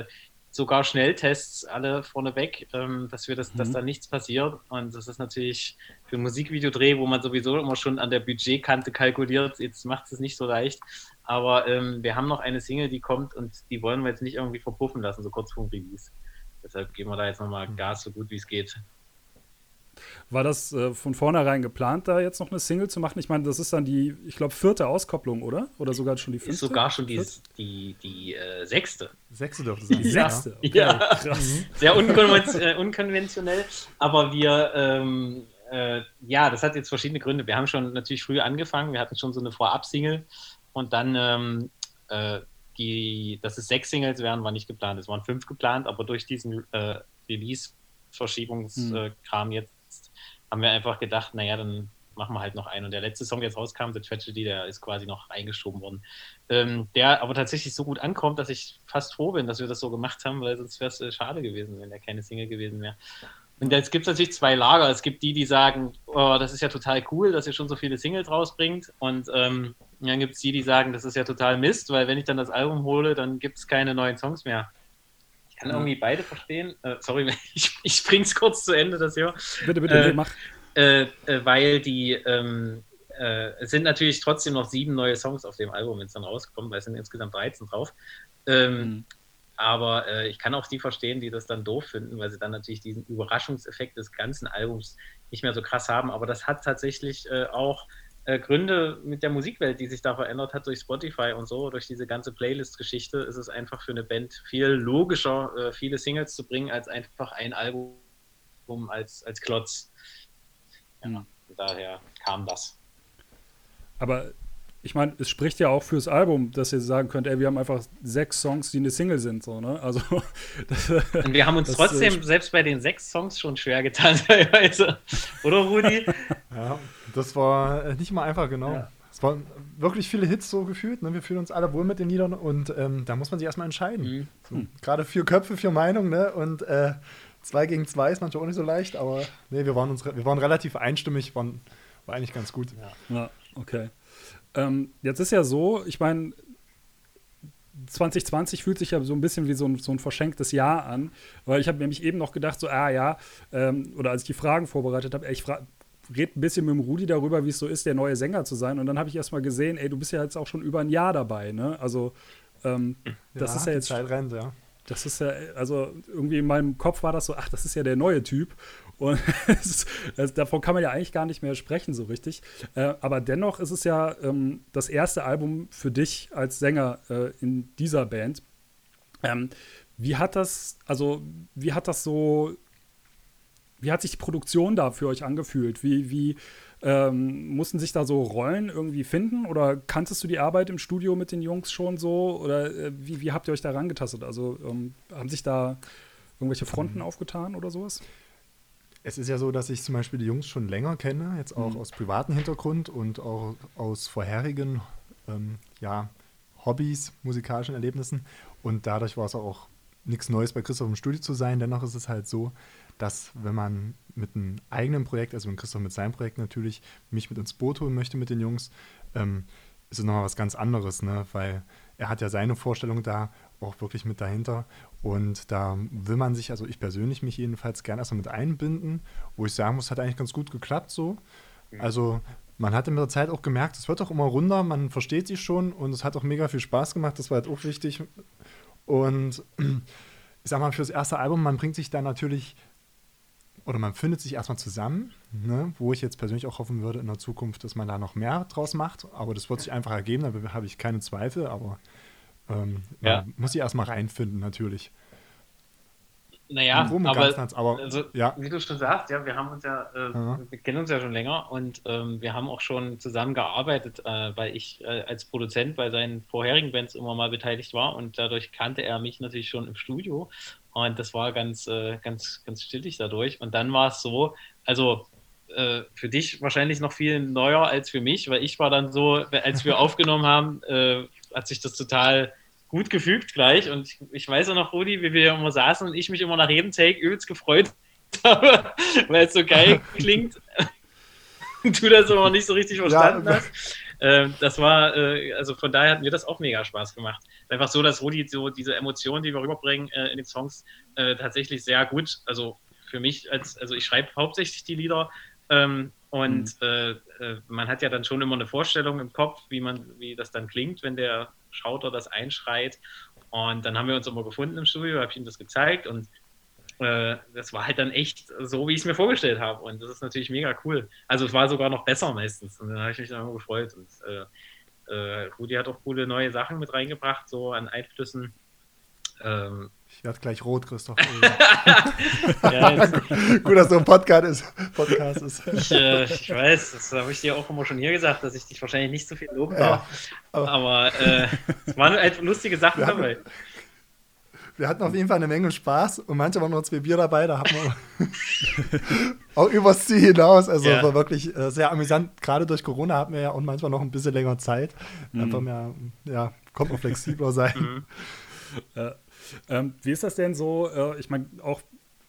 sogar Schnelltests alle vorneweg, dass da nichts passiert. Und das ist natürlich für einen Musikvideodreh, wo man sowieso immer schon an der Budgetkante kalkuliert, jetzt macht es nicht so leicht. Aber wir haben noch eine Single, die kommt und die wollen wir jetzt nicht irgendwie verpuffen lassen, so kurz vorm Release. Deshalb geben wir da jetzt nochmal Gas, so gut wie es geht. War das von vornherein geplant, da jetzt noch eine Single zu machen? Ich meine, das ist dann die, ich glaube, 4. Auskopplung, oder? Oder sogar schon die 5.? Ist sogar schon die 6. 6. dürfte sein. Die 6. Okay, ja. Krass. Sehr unkonventionell. Aber wir, das hat jetzt verschiedene Gründe. Wir haben schon natürlich früh angefangen. Wir hatten schon so eine Vorab-Single. Und dann, dass es 6 Singles wären, war nicht geplant. Es waren 5 geplant, aber durch diesen Release-Verschiebungskram jetzt haben wir einfach gedacht, naja, dann machen wir halt noch einen. Und der letzte Song, der jetzt rauskam, The Tragedy, der ist quasi noch eingeschoben worden. Der aber tatsächlich so gut ankommt, dass ich fast froh bin, dass wir das so gemacht haben, weil sonst wäre es schade gewesen, wenn der keine Single gewesen wäre. Und jetzt gibt es natürlich 2 Lager. Es gibt die, die sagen, oh, das ist ja total cool, dass ihr schon so viele Singles rausbringt. Und dann gibt es die sagen, das ist ja total Mist, weil wenn ich dann das Album hole, dann gibt es keine neuen Songs mehr. Ich kann irgendwie beide verstehen. Sorry, ich bring's kurz zu Ende, das hier. Bitte, mach. Weil es sind natürlich trotzdem noch 7 neue Songs auf dem Album, wenn es dann rauskommt, weil es sind insgesamt 13 drauf. Aber ich kann auch die verstehen, die das dann doof finden, weil sie dann natürlich diesen Überraschungseffekt des ganzen Albums nicht mehr so krass haben. Aber das hat tatsächlich auch Gründe mit der Musikwelt, die sich da verändert hat durch Spotify und so, durch diese ganze Playlist-Geschichte, ist es einfach für eine Band viel logischer, viele Singles zu bringen, als einfach ein Album als Klotz. Ja, daher kam das. Aber ich meine, es spricht ja auch fürs Album, dass ihr sagen könnt, ey, wir haben einfach 6 Songs, die eine Single sind, so, ne? Also und wir haben uns trotzdem selbst bei den 6 Songs schon schwer getan teilweise. Oder, Rudi? Ja, das war nicht mal einfach, genau. Ja. Es waren wirklich viele Hits so gefühlt, ne? Wir fühlen uns alle wohl mit den Liedern und da muss man sich erstmal entscheiden. So, gerade 4 Köpfe, 4 Meinungen, ne? Und 2 gegen 2 ist manchmal auch nicht so leicht, aber nee, wir waren relativ einstimmig, war eigentlich ganz gut. Ja, okay. Jetzt ist ja so, ich meine, 2020 fühlt sich ja so ein bisschen wie so ein verschenktes Jahr an, weil ich habe nämlich eben noch gedacht, so, oder als ich die Fragen vorbereitet habe, ich rede ein bisschen mit dem Rudi darüber, wie es so ist, der neue Sänger zu sein. Und dann habe ich erst mal gesehen, ey, du bist ja jetzt auch schon über ein Jahr dabei, ne? Also, das ist ja jetzt. Die Zeit rennt, ja. Das ist ja, also irgendwie in meinem Kopf war das so, ach, das ist ja der neue Typ. Und davon kann man ja eigentlich gar nicht mehr sprechen so richtig. Aber dennoch ist es ja das erste Album für dich als Sänger in dieser Band. Wie hat sich die Produktion da für euch angefühlt? Wie mussten sich da so Rollen irgendwie finden? Oder kanntest du die Arbeit im Studio mit den Jungs schon so? Oder wie habt ihr euch da rangetastet? Also haben sich da irgendwelche Fronten aufgetan oder sowas? Es ist ja so, dass ich zum Beispiel die Jungs schon länger kenne, jetzt auch aus privatem Hintergrund und auch aus vorherigen Hobbys, musikalischen Erlebnissen. Und dadurch war es auch nichts Neues bei Christoph im Studio zu sein. Dennoch ist es halt so, dass wenn man mit einem eigenen Projekt, also wenn Christoph mit seinem Projekt natürlich mich mit ins Boot holen möchte mit den Jungs, ist es nochmal was ganz anderes, ne? Weil er hat ja seine Vorstellung da auch wirklich mit dahinter und da will man sich, also ich persönlich mich jedenfalls gerne erstmal mit einbinden, wo ich sagen muss, hat eigentlich ganz gut geklappt so. Also man hat in der Zeit auch gemerkt, es wird auch immer runder, man versteht sich schon und es hat auch mega viel Spaß gemacht, das war halt auch wichtig und ich sag mal, für das erste Album, man bringt sich da natürlich oder man findet sich erstmal zusammen, ne, wo ich jetzt persönlich auch hoffen würde in der Zukunft, dass man da noch mehr draus macht. Aber das wird sich einfach ergeben, da habe ich keine Zweifel. Aber man muss sich erstmal reinfinden, natürlich. Naja, aber wie du schon sagst, ja, wir haben uns wir kennen uns ja schon länger und wir haben auch schon zusammen gearbeitet, weil ich als Produzent bei seinen vorherigen Bands immer mal beteiligt war und dadurch kannte er mich natürlich schon im Studio und das war ganz chillig dadurch. Und dann war es so, also für dich wahrscheinlich noch viel neuer als für mich, weil ich war dann so, als wir aufgenommen haben, hat sich das total gut gefügt gleich. Und ich weiß ja noch, Rudi, wie wir immer saßen und ich mich immer nach jedem Take übelst gefreut habe, weil es so geil klingt. Du das aber nicht so richtig verstanden hast. Das war, also von daher hat mir das auch mega Spaß gemacht. Einfach so, dass Rudi so diese Emotionen, die wir rüberbringen in den Songs, tatsächlich sehr gut, also für mich, also ich schreibe hauptsächlich die Lieder und man hat ja dann schon immer eine Vorstellung im Kopf, wie das dann klingt, wenn der Schauter das einschreit. Und dann haben wir uns immer gefunden im Studio, habe ich ihm das gezeigt und das war halt dann echt so, wie ich es mir vorgestellt habe. Und das ist natürlich mega cool. Also es war sogar noch besser meistens. Und dann habe ich mich dann immer gefreut. Und Rudi hat auch coole neue Sachen mit reingebracht, so an Einflüssen. Ich werde gleich rot, Christoph. Ja, gut, dass du ein Podcast ist. Ich weiß, das habe ich dir auch immer schon hier gesagt, dass ich dich wahrscheinlich nicht so viel loben darf. Ja, aber es waren halt lustige Sachen dabei. Wir hatten auf jeden Fall eine Menge Spaß und manchmal waren noch 2 Bier dabei, da haben wir auch übers Ziel hinaus. Also war wirklich sehr amüsant. Gerade durch Corona hatten wir ja auch manchmal noch ein bisschen länger Zeit. Einfach mehr, kommt man flexibler sein. Wie ist das denn so? Ich meine, auch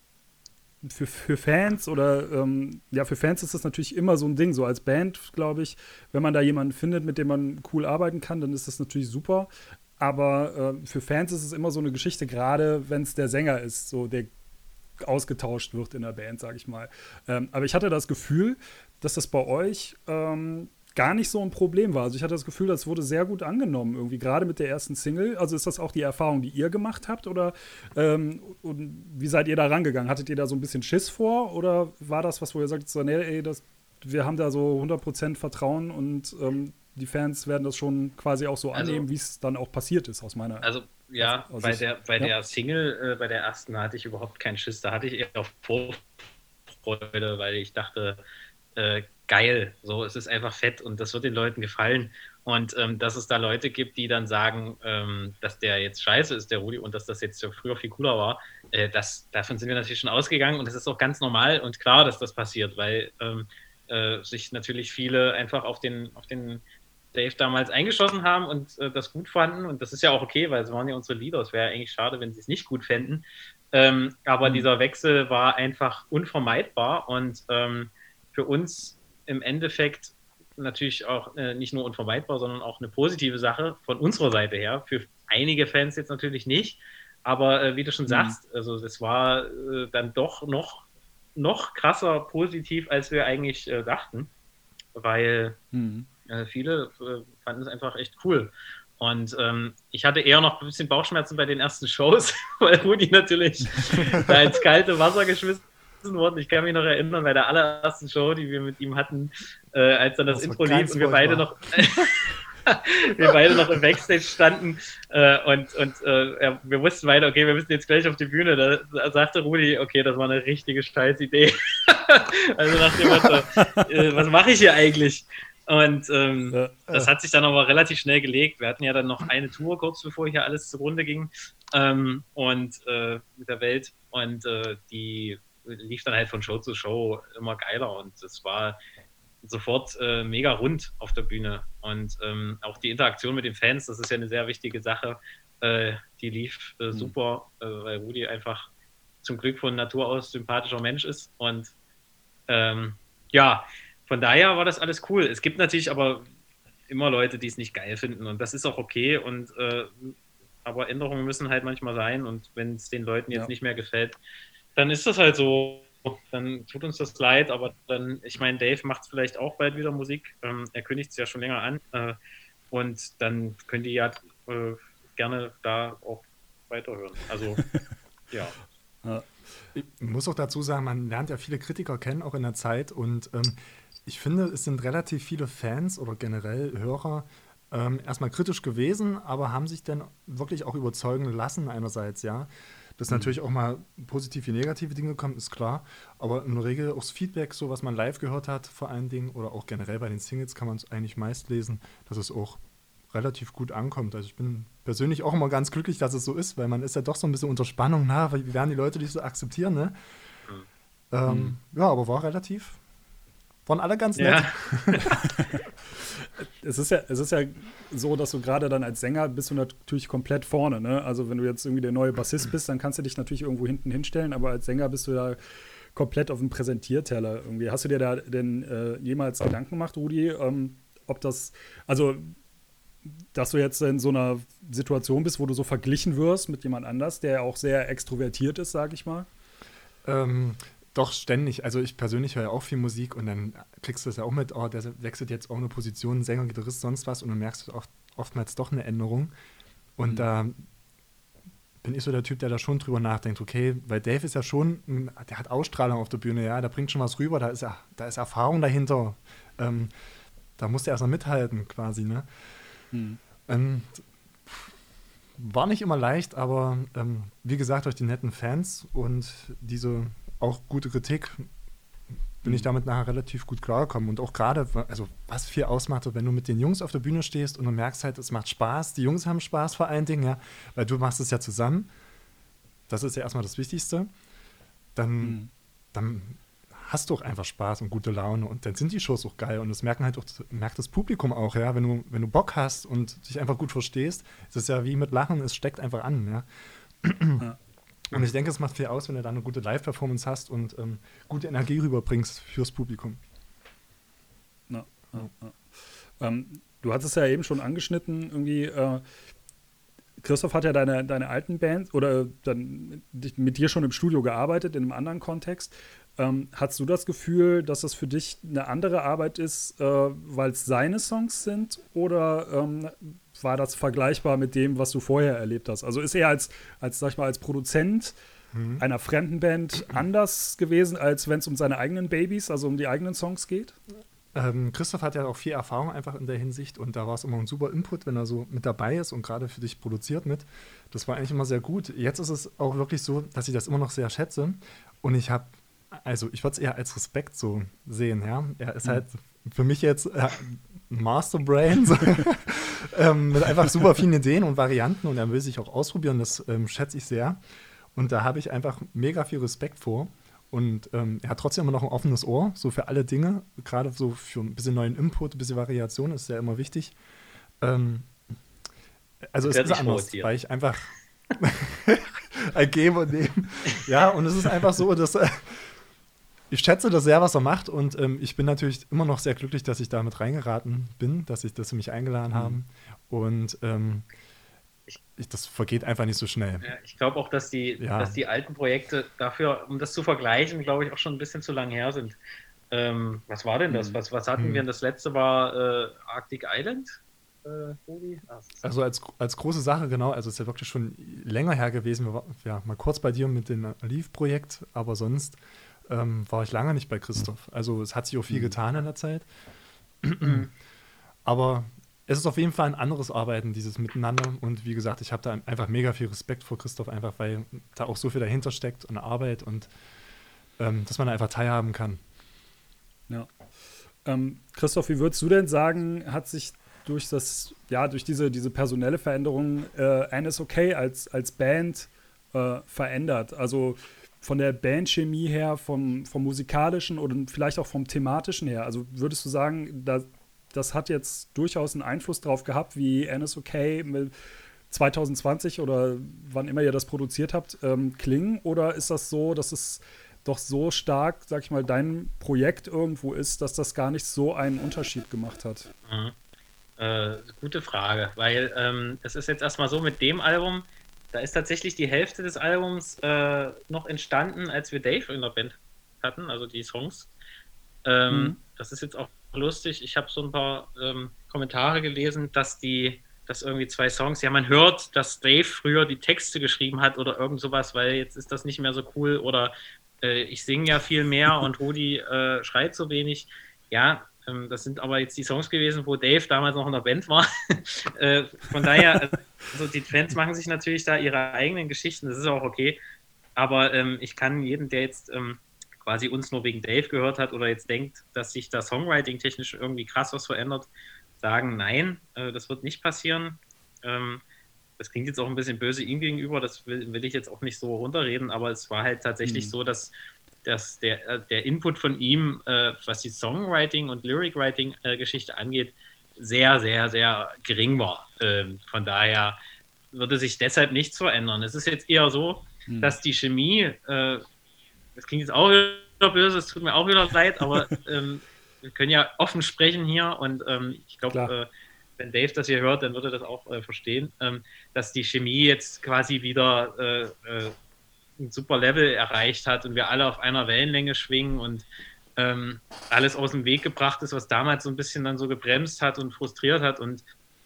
für Fans oder für Fans ist das natürlich immer so ein Ding, so als Band, glaube ich, wenn man da jemanden findet, mit dem man cool arbeiten kann, dann ist das natürlich super. Aber für Fans ist es immer so eine Geschichte, gerade wenn es der Sänger ist, so der ausgetauscht wird in der Band, sage ich mal. Aber ich hatte das Gefühl, dass das bei euch gar nicht so ein Problem war. Also ich hatte das Gefühl, das wurde sehr gut angenommen, irgendwie, gerade mit der ersten Single. Also ist das auch die Erfahrung, die ihr gemacht habt? Oder und wie seid ihr da rangegangen? Hattet ihr da so ein bisschen Schiss vor? Oder war das was, wo ihr sagt, so, nee, wir haben da so 100% Vertrauen und die Fans werden das schon quasi auch so annehmen, wie es dann auch passiert ist, aus meiner bei der Single, bei der ersten hatte ich überhaupt keinen Schiss. Da hatte ich eher Vorfreude, weil ich dachte, geil, so, es ist einfach fett und das wird den Leuten gefallen. Und dass es da Leute gibt, die dann sagen, dass der jetzt scheiße ist, der Rudi, und dass das jetzt früher viel cooler war, davon sind wir natürlich schon ausgegangen und das ist auch ganz normal und klar, dass das passiert, weil sich natürlich viele einfach auf den Dave damals eingeschossen haben und das gut fanden. Und das ist ja auch okay, weil es waren ja unsere Lieder. Es wäre ja eigentlich schade, wenn sie es nicht gut fänden. Aber dieser Wechsel war einfach unvermeidbar und für uns im Endeffekt natürlich auch nicht nur unvermeidbar, sondern auch eine positive Sache von unserer Seite her. Für einige Fans jetzt natürlich nicht. Aber wie du schon sagst, also das war dann doch noch krasser positiv, als wir eigentlich dachten. Weil viele fanden es einfach echt cool. Und ich hatte eher noch ein bisschen Bauchschmerzen bei den ersten Shows, weil Rudi natürlich da ins kalte Wasser geschmissen worden. Ich kann mich noch erinnern, bei der allerersten Show, die wir mit ihm hatten, als dann das Intro lief und wir beide noch im Backstage standen wir wussten beide, okay, wir müssen jetzt gleich auf die Bühne. Da sagte Rudi, okay, das war eine richtige Scheißidee. Also nach dem Motto, was mache ich hier eigentlich? Und das hat sich dann aber relativ schnell gelegt. Wir hatten ja dann noch eine Tour, kurz bevor hier alles zugrunde ging mit der Welt. Und die lief dann halt von Show zu Show immer geiler. Und es war sofort mega rund auf der Bühne. Und auch die Interaktion mit den Fans, das ist ja eine sehr wichtige Sache. Die lief super, weil Rudi einfach zum Glück von Natur aus sympathischer Mensch ist. Und von daher war das alles cool. Es gibt natürlich aber immer Leute, die es nicht geil finden und das ist auch okay. Aber Änderungen müssen halt manchmal sein und wenn es den Leuten jetzt nicht mehr gefällt, dann ist das halt so. Dann tut uns das leid, aber dann, ich meine, Dave macht vielleicht auch bald wieder Musik. Er kündigt es ja schon länger an und dann könnt ihr ja gerne da auch weiterhören. Also, ja. Ich muss auch dazu sagen, man lernt ja viele Kritiker kennen, auch in der Zeit. Und ich finde, es sind relativ viele Fans oder generell Hörer erstmal kritisch gewesen, aber haben sich dann wirklich auch überzeugen lassen einerseits, ja. Dass natürlich auch mal positiv wie negative Dinge kommen, ist klar. Aber in der Regel auch das Feedback, so was man live gehört hat, vor allen Dingen, oder auch generell bei den Singles kann man es eigentlich meist lesen, dass es auch relativ gut ankommt. Also ich bin persönlich auch immer ganz glücklich, dass es so ist, weil man ist ja doch so ein bisschen unter Spannung, wie werden die Leute dich so akzeptieren, ne? Aber waren alle ganz nett. Ja. Es ist ja so, dass du gerade dann als Sänger bist du natürlich komplett vorne, ne? Also wenn du jetzt irgendwie der neue Bassist bist, dann kannst du dich natürlich irgendwo hinten hinstellen, aber als Sänger bist du da komplett auf dem Präsentierteller irgendwie. Hast du dir da denn jemals Gedanken gemacht, Rudi, ob das, also dass du jetzt in so einer Situation bist, wo du so verglichen wirst mit jemand anders, der auch sehr extrovertiert ist, sage ich mal? Doch, ständig. Also ich persönlich höre ja auch viel Musik und dann kriegst du das ja auch mit, oh, der wechselt jetzt auch eine Position, Sänger, Gitarrist, sonst was und dann merkst du oftmals doch eine Änderung. Und da bin ich so der Typ, der da schon drüber nachdenkt, okay, weil Dave ist ja schon, der hat Ausstrahlung auf der Bühne, ja, der bringt schon was rüber, da ist Erfahrung dahinter. Da muss der erst mal mithalten, quasi, ne? War nicht immer leicht, aber wie gesagt, durch die netten Fans und diese auch gute Kritik bin ich damit nachher relativ gut klargekommen. Und auch gerade, also was viel ausmacht, wenn du mit den Jungs auf der Bühne stehst und du merkst halt, es macht Spaß, die Jungs haben Spaß vor allen Dingen, ja, weil du machst es ja zusammen. Das ist ja erstmal das Wichtigste. Dann hast du auch einfach Spaß und gute Laune und dann sind die Shows auch geil und das merkt das Publikum auch, ja, wenn du Bock hast und dich einfach gut verstehst, es ist ja wie mit Lachen, es steckt einfach an, ja. Und ich denke, es macht viel aus, wenn du da eine gute Live-Performance hast und gute Energie rüberbringst fürs Publikum. Du hattest ja eben schon angeschnitten, irgendwie, Christoph hat ja deine alten Bands oder dann mit dir schon im Studio gearbeitet, in einem anderen Kontext. Hast du das Gefühl, dass das für dich eine andere Arbeit ist, weil es seine Songs sind? Oder war das vergleichbar mit dem, was du vorher erlebt hast? Also ist er sag ich mal, als Produzent einer fremden Band anders gewesen, als wenn es um seine eigenen Babys, also um die eigenen Songs geht? Christoph hat ja auch viel Erfahrung einfach in der Hinsicht und da war es immer ein super Input, wenn er so mit dabei ist und gerade für dich produziert mit. Das war eigentlich immer sehr gut. Jetzt ist es auch wirklich so, dass ich das immer noch sehr schätze und ich würde es eher als Respekt so sehen, ja. Er ist halt für mich jetzt Masterbrain mit einfach super vielen Ideen und Varianten und er will sich auch ausprobieren, das schätze ich sehr. Und da habe ich einfach mega viel Respekt vor. Und er hat trotzdem immer noch ein offenes Ohr, so für alle Dinge, gerade so für ein bisschen neuen Input, ein bisschen Variation ist ja immer wichtig. Also es ist anders, weil ich einfach ein Geben und Nehmen. Ja, und es ist einfach so, dass ich schätze das sehr, was er macht und ich bin natürlich immer noch sehr glücklich, dass ich da mit reingeraten bin, dass sie mich eingeladen haben und das vergeht einfach nicht so schnell. Ja, ich glaube auch, dass die alten Projekte dafür, um das zu vergleichen, glaube ich, auch schon ein bisschen zu lang her sind. Was war denn das? Was hatten wir? Das letzte war Arctic Island? Also als große Sache, genau. Also es ist ja wirklich schon länger her gewesen. Wir waren mal kurz bei dir mit dem Leaf-Projekt, aber sonst war ich lange nicht bei Christoph. Also es hat sich auch viel getan in der Zeit. Aber es ist auf jeden Fall ein anderes Arbeiten, dieses Miteinander. Und wie gesagt, ich habe da einfach mega viel Respekt vor Christoph, einfach weil da auch so viel dahinter steckt und Arbeit und dass man da einfach teilhaben kann. Ja. Christoph, wie würdest du denn sagen, hat sich durch diese personelle Veränderung NSOK als Band verändert? Also von der Bandchemie her, vom musikalischen oder vielleicht auch vom thematischen her. Also würdest du sagen, das hat jetzt durchaus einen Einfluss drauf gehabt, wie NSOK 2020 oder wann immer ihr das produziert habt, klingen? Oder ist das so, dass es doch so stark, sag ich mal, dein Projekt irgendwo ist, dass das gar nicht so einen Unterschied gemacht hat? Gute Frage, weil es ist jetzt erstmal so mit dem Album, da ist tatsächlich die Hälfte des Albums noch entstanden, als wir Dave in der Band hatten, also die Songs. Das ist jetzt auch lustig. Ich habe so ein paar Kommentare gelesen, dass irgendwie 2 Songs, ja, man hört, dass Dave früher die Texte geschrieben hat oder irgend sowas, weil jetzt ist das nicht mehr so cool oder ich singe ja viel mehr und Rudi schreit so wenig. Ja, das sind aber jetzt die Songs gewesen, wo Dave damals noch in der Band war. Von daher, also die Fans machen sich natürlich da ihre eigenen Geschichten, das ist auch okay. Aber ich kann jeden, der jetzt quasi uns nur wegen Dave gehört hat oder jetzt denkt, dass sich da Songwriting technisch irgendwie krass was verändert, sagen, nein, das wird nicht passieren. Das klingt jetzt auch ein bisschen böse ihm gegenüber, das will ich jetzt auch nicht so runterreden, aber es war halt tatsächlich so, dass der Input von ihm, was die Songwriting- und Lyric-Writing-Geschichte angeht, sehr, sehr, sehr gering war. Von daher würde sich deshalb nichts verändern. Es ist jetzt eher so, dass die Chemie, das klingt jetzt auch wieder böse, es tut mir auch wieder leid, aber wir können ja offen sprechen hier und ich glaube, wenn Dave das hier hört, dann würde er das auch verstehen, dass die Chemie jetzt quasi wieder ein super Level erreicht hat und wir alle auf einer Wellenlänge schwingen und alles aus dem Weg gebracht ist, was damals so ein bisschen dann so gebremst hat und frustriert hat und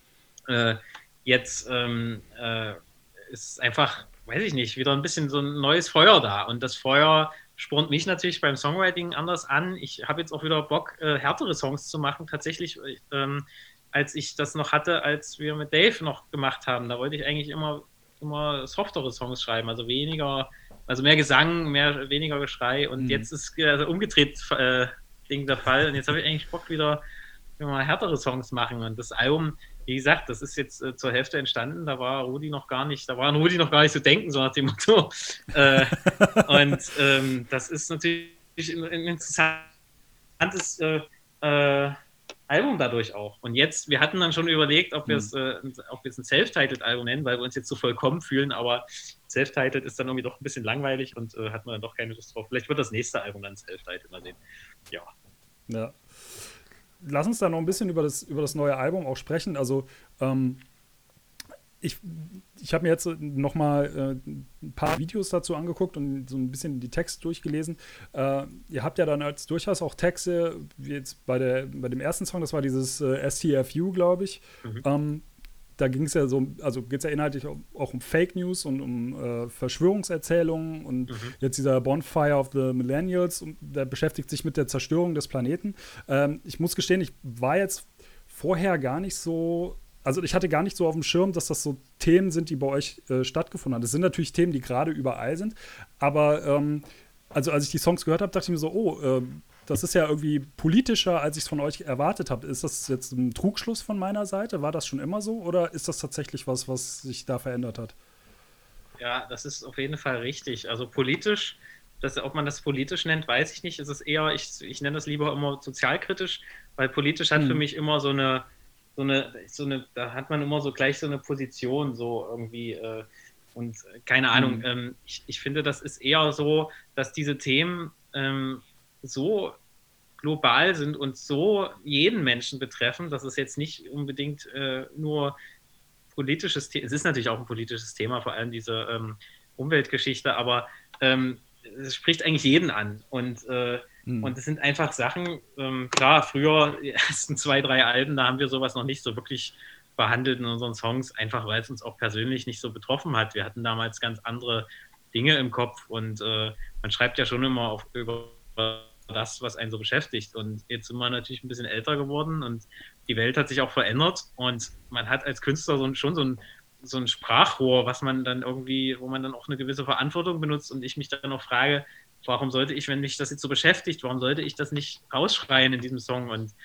jetzt ist einfach, weiß ich nicht, wieder ein bisschen so ein neues Feuer da und das Feuer spornt mich natürlich beim Songwriting anders an. Ich habe jetzt auch wieder Bock, härtere Songs zu machen, tatsächlich, als ich das noch hatte, als wir mit Dave noch gemacht haben. Da wollte ich eigentlich immer softere Songs schreiben, also mehr Gesang, weniger Geschrei und jetzt ist umgedreht Ding der Fall und jetzt habe ich eigentlich Bock wieder mal härtere Songs machen und das Album, wie gesagt, das ist jetzt zur Hälfte entstanden, da war Rudi noch gar nicht zu denken, so nach dem Motto. Und das ist natürlich ein interessantes Album dadurch auch. Und jetzt, wir hatten dann schon überlegt, ob wir es ein Self-Titled-Album nennen, weil wir uns jetzt so vollkommen fühlen, aber Self-Titled ist dann irgendwie doch ein bisschen langweilig und hat man dann doch keine Lust drauf. Vielleicht wird das nächste Album dann Self-Titled, mal sehen. Ja. Lass uns da noch ein bisschen über das neue Album auch sprechen. Also ich habe mir jetzt noch mal ein paar Videos dazu angeguckt und so ein bisschen die Texte durchgelesen. Ihr habt ja dann als durchaus auch Texte, wie jetzt bei dem ersten Song, das war dieses STFU, glaube ich. Da ging es ja geht es ja inhaltlich auch um Fake News und um Verschwörungserzählungen und jetzt dieser Bonfire of the Millennials, der beschäftigt sich mit der Zerstörung des Planeten. Ich muss gestehen, ich war jetzt vorher gar nicht so, also ich hatte gar nicht so auf dem Schirm, dass das so Themen sind, die bei euch stattgefunden haben. Das sind natürlich Themen, die gerade überall sind, aber also als ich die Songs gehört habe, dachte ich mir so, das ist ja irgendwie politischer, als ich es von euch erwartet habe. Ist das jetzt ein Trugschluss von meiner Seite? War das schon immer so? Oder ist das tatsächlich was sich da verändert hat? Ja, das ist auf jeden Fall richtig. Also politisch, ob man das politisch nennt, weiß ich nicht. Es ist eher, ich nenne das lieber immer sozialkritisch, weil politisch hat für mich immer so eine, da hat man immer so gleich so eine Position, so irgendwie, und keine Ahnung. Ich finde, das ist eher so, dass diese Themen so global sind und so jeden Menschen betreffen, dass es jetzt nicht unbedingt nur politisches Thema, es ist natürlich auch ein politisches Thema, vor allem diese Umweltgeschichte, aber es spricht eigentlich jeden an und es sind einfach Sachen, klar, früher, die ersten 2, 3 Alben, da haben wir sowas noch nicht so wirklich behandelt in unseren Songs, einfach weil es uns auch persönlich nicht so betroffen hat. Wir hatten damals ganz andere Dinge im Kopf und man schreibt ja schon immer über das, was einen so beschäftigt. Und jetzt sind wir natürlich ein bisschen älter geworden und die Welt hat sich auch verändert und man hat als Künstler schon so ein Sprachrohr, was man dann irgendwie, wo man dann auch eine gewisse Verantwortung benutzt und ich mich dann auch frage, warum sollte ich, wenn mich das jetzt so beschäftigt, warum sollte ich das nicht rausschreien in diesem Song? Und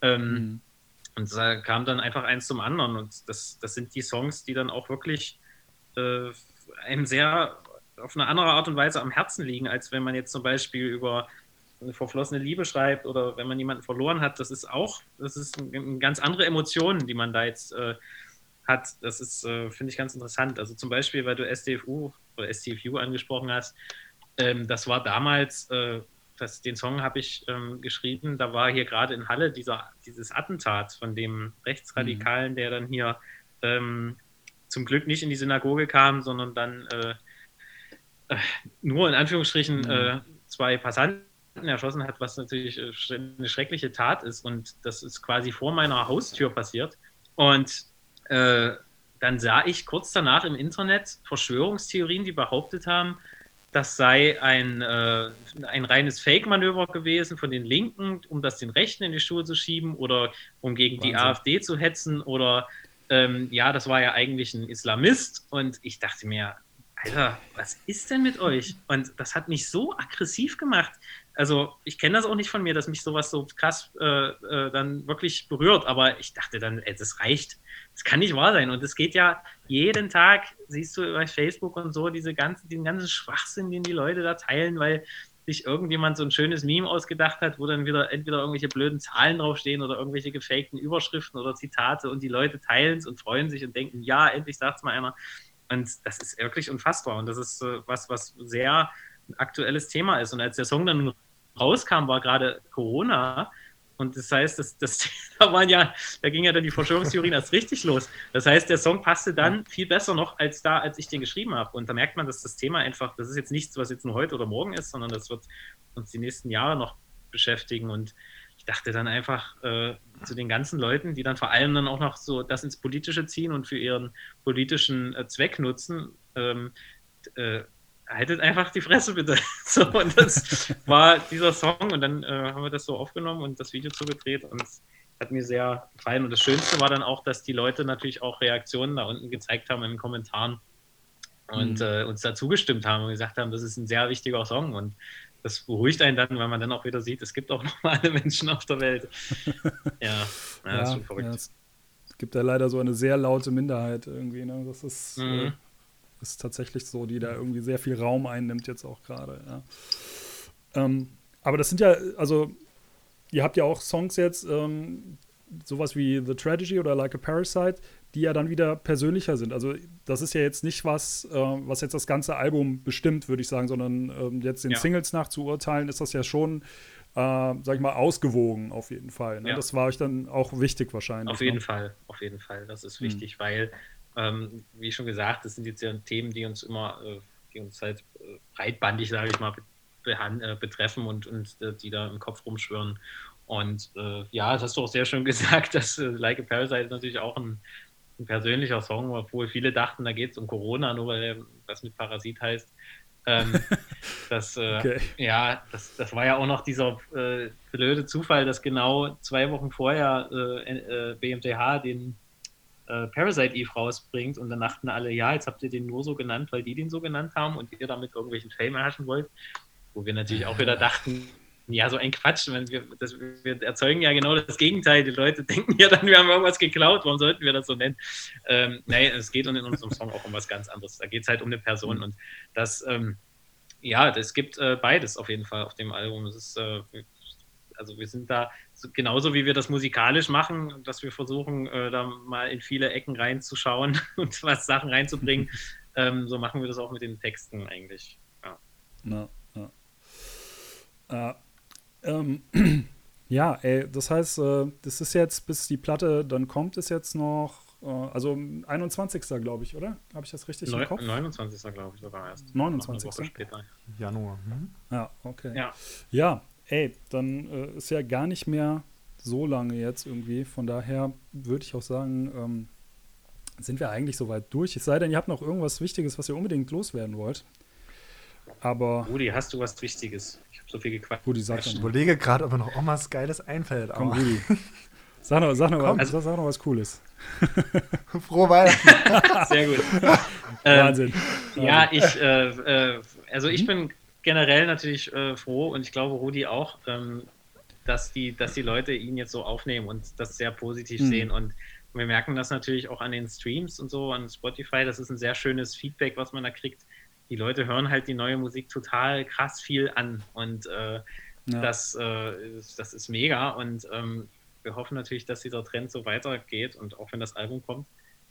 da kam dann einfach eins zum anderen und das sind die Songs, die dann auch wirklich einem sehr auf eine andere Art und Weise am Herzen liegen, als wenn man jetzt zum Beispiel über eine verflossene Liebe schreibt oder wenn man jemanden verloren hat. Das ist eine ganz andere Emotionen, die man da jetzt hat. Das ist, finde ich, ganz interessant. Also zum Beispiel, weil du STFU angesprochen hast, das war damals, den Song habe ich geschrieben, da war hier gerade in Halle dieses Attentat von dem Rechtsradikalen, der dann hier zum Glück nicht in die Synagoge kam, sondern dann nur in Anführungsstrichen 2 Passanten erschossen hat, was natürlich eine schreckliche Tat ist. Und das ist quasi vor meiner Haustür passiert. Und dann sah ich kurz danach im Internet Verschwörungstheorien, die behauptet haben, das sei ein reines Fake-Manöver gewesen von den Linken, um das den Rechten in die Schuhe zu schieben oder um gegen die AfD zu hetzen oder das war ja eigentlich ein Islamist. Und ich dachte mir, Alter, was ist denn mit euch? Und das hat mich so aggressiv gemacht. Also ich kenne das auch nicht von mir, dass mich sowas so krass dann wirklich berührt. Aber ich dachte dann, das reicht. Das kann nicht wahr sein. Und es geht ja jeden Tag, siehst du bei Facebook und so, diesen ganzen Schwachsinn, den die Leute da teilen, weil sich irgendjemand so ein schönes Meme ausgedacht hat, wo dann wieder entweder irgendwelche blöden Zahlen draufstehen oder irgendwelche gefakten Überschriften oder Zitate und die Leute teilen es und freuen sich und denken, ja, endlich sagt es mal einer. Und das ist wirklich unfassbar. Und das ist was sehr ein aktuelles Thema ist. Und als der Song dann rauskam, war gerade Corona. Und das heißt, da ging ja dann die Verschwörungstheorien erst richtig los. Das heißt, der Song passte dann viel besser noch als ich den geschrieben habe. Und da merkt man, dass das Thema einfach, das ist jetzt nichts, was jetzt nur heute oder morgen ist, sondern das wird uns die nächsten Jahre noch beschäftigen. Und ich dachte dann einfach zu den ganzen Leuten, die dann vor allem dann auch noch so das ins Politische ziehen und für ihren politischen Zweck nutzen, haltet einfach die Fresse bitte. So, und das war dieser Song und dann haben wir das so aufgenommen und das Video zugedreht und es hat mir sehr gefallen. Und das Schönste war dann auch, dass die Leute natürlich auch Reaktionen da unten gezeigt haben in den Kommentaren und uns da zugestimmt haben und gesagt haben, das ist ein sehr wichtiger Song und das beruhigt einen dann, weil man dann auch wieder sieht, es gibt auch normale Menschen auf der Welt. Ja, das ist schon verrückt. Ja, es gibt ja leider so eine sehr laute Minderheit irgendwie, ne? Das ist, ist tatsächlich so, die da irgendwie sehr viel Raum einnimmt jetzt auch gerade. Ja. Aber das sind ja, also ihr habt ja auch Songs jetzt, sowas wie The Tragedy oder Like a Parasite, die ja dann wieder persönlicher sind. Also das ist ja jetzt nicht was jetzt das ganze Album bestimmt, würde ich sagen, sondern jetzt den Singles nach zu urteilen, ist das ja schon, sag ich mal, ausgewogen auf jeden Fall. Ne? Ja. Das war euch dann auch wichtig wahrscheinlich. Auf jeden Fall. Das ist wichtig, weil, wie schon gesagt, das sind jetzt ja Themen, die uns immer, die uns halt breitbandig, sage ich mal, betreffen und die da im Kopf rumschwirren. Und das hast du auch sehr schön gesagt, dass Like a Parasite ist natürlich auch ein persönlicher Song, obwohl viele dachten, da geht es um Corona, nur weil er was mit Parasit heißt. Das war ja auch noch dieser blöde Zufall, dass genau 2 Wochen vorher BMTH den Parasite Eve rausbringt und dann dachten alle, ja, jetzt habt ihr den nur so genannt, weil die den so genannt haben und ihr damit irgendwelchen Fame erhaschen wollt. Wo wir natürlich auch wieder dachten, ja, so ein Quatsch, wir erzeugen ja genau das Gegenteil. Die Leute denken ja dann, wir haben irgendwas geklaut, warum sollten wir das so nennen? Nein, es geht in unserem Song auch um was ganz anderes. Da geht es halt um eine Person und das, es gibt beides auf jeden Fall auf dem Album. Es ist, also wir sind da, genauso wie wir das musikalisch machen, dass wir versuchen, da mal in viele Ecken reinzuschauen und was Sachen reinzubringen, so machen wir das auch mit den Texten eigentlich. Ja. No. Das heißt, das ist jetzt, bis die Platte dann kommt, ist jetzt noch, also 21. glaube ich, oder? Habe ich das richtig im Kopf? 29. glaube ich sogar erst. 29. Eine Woche später. Januar. Ja, okay. Ja, dann ist ja gar nicht mehr so lange jetzt irgendwie. Von daher würde ich auch sagen, sind wir eigentlich soweit durch. Es sei denn, ihr habt noch irgendwas Wichtiges, was ihr unbedingt loswerden wollt. Aber Rudi, hast du was Wichtiges? Ich habe so viel gequatscht. Rudi, ich überlege gerade, ob mir noch was Geiles einfällt. Komm, Rudi. Sag noch was Cooles. Frohe Weihnachten. Sehr gut. Wahnsinn. Ja, ich bin generell natürlich froh und ich glaube, Rudi auch, dass die Leute ihn jetzt so aufnehmen und das sehr positiv sehen. Und wir merken das natürlich auch an den Streams und so, an Spotify. Das ist ein sehr schönes Feedback, was man da kriegt. Die Leute hören halt die neue Musik total krass viel an und das ist mega und wir hoffen natürlich, dass dieser Trend so weitergeht und auch wenn das Album kommt,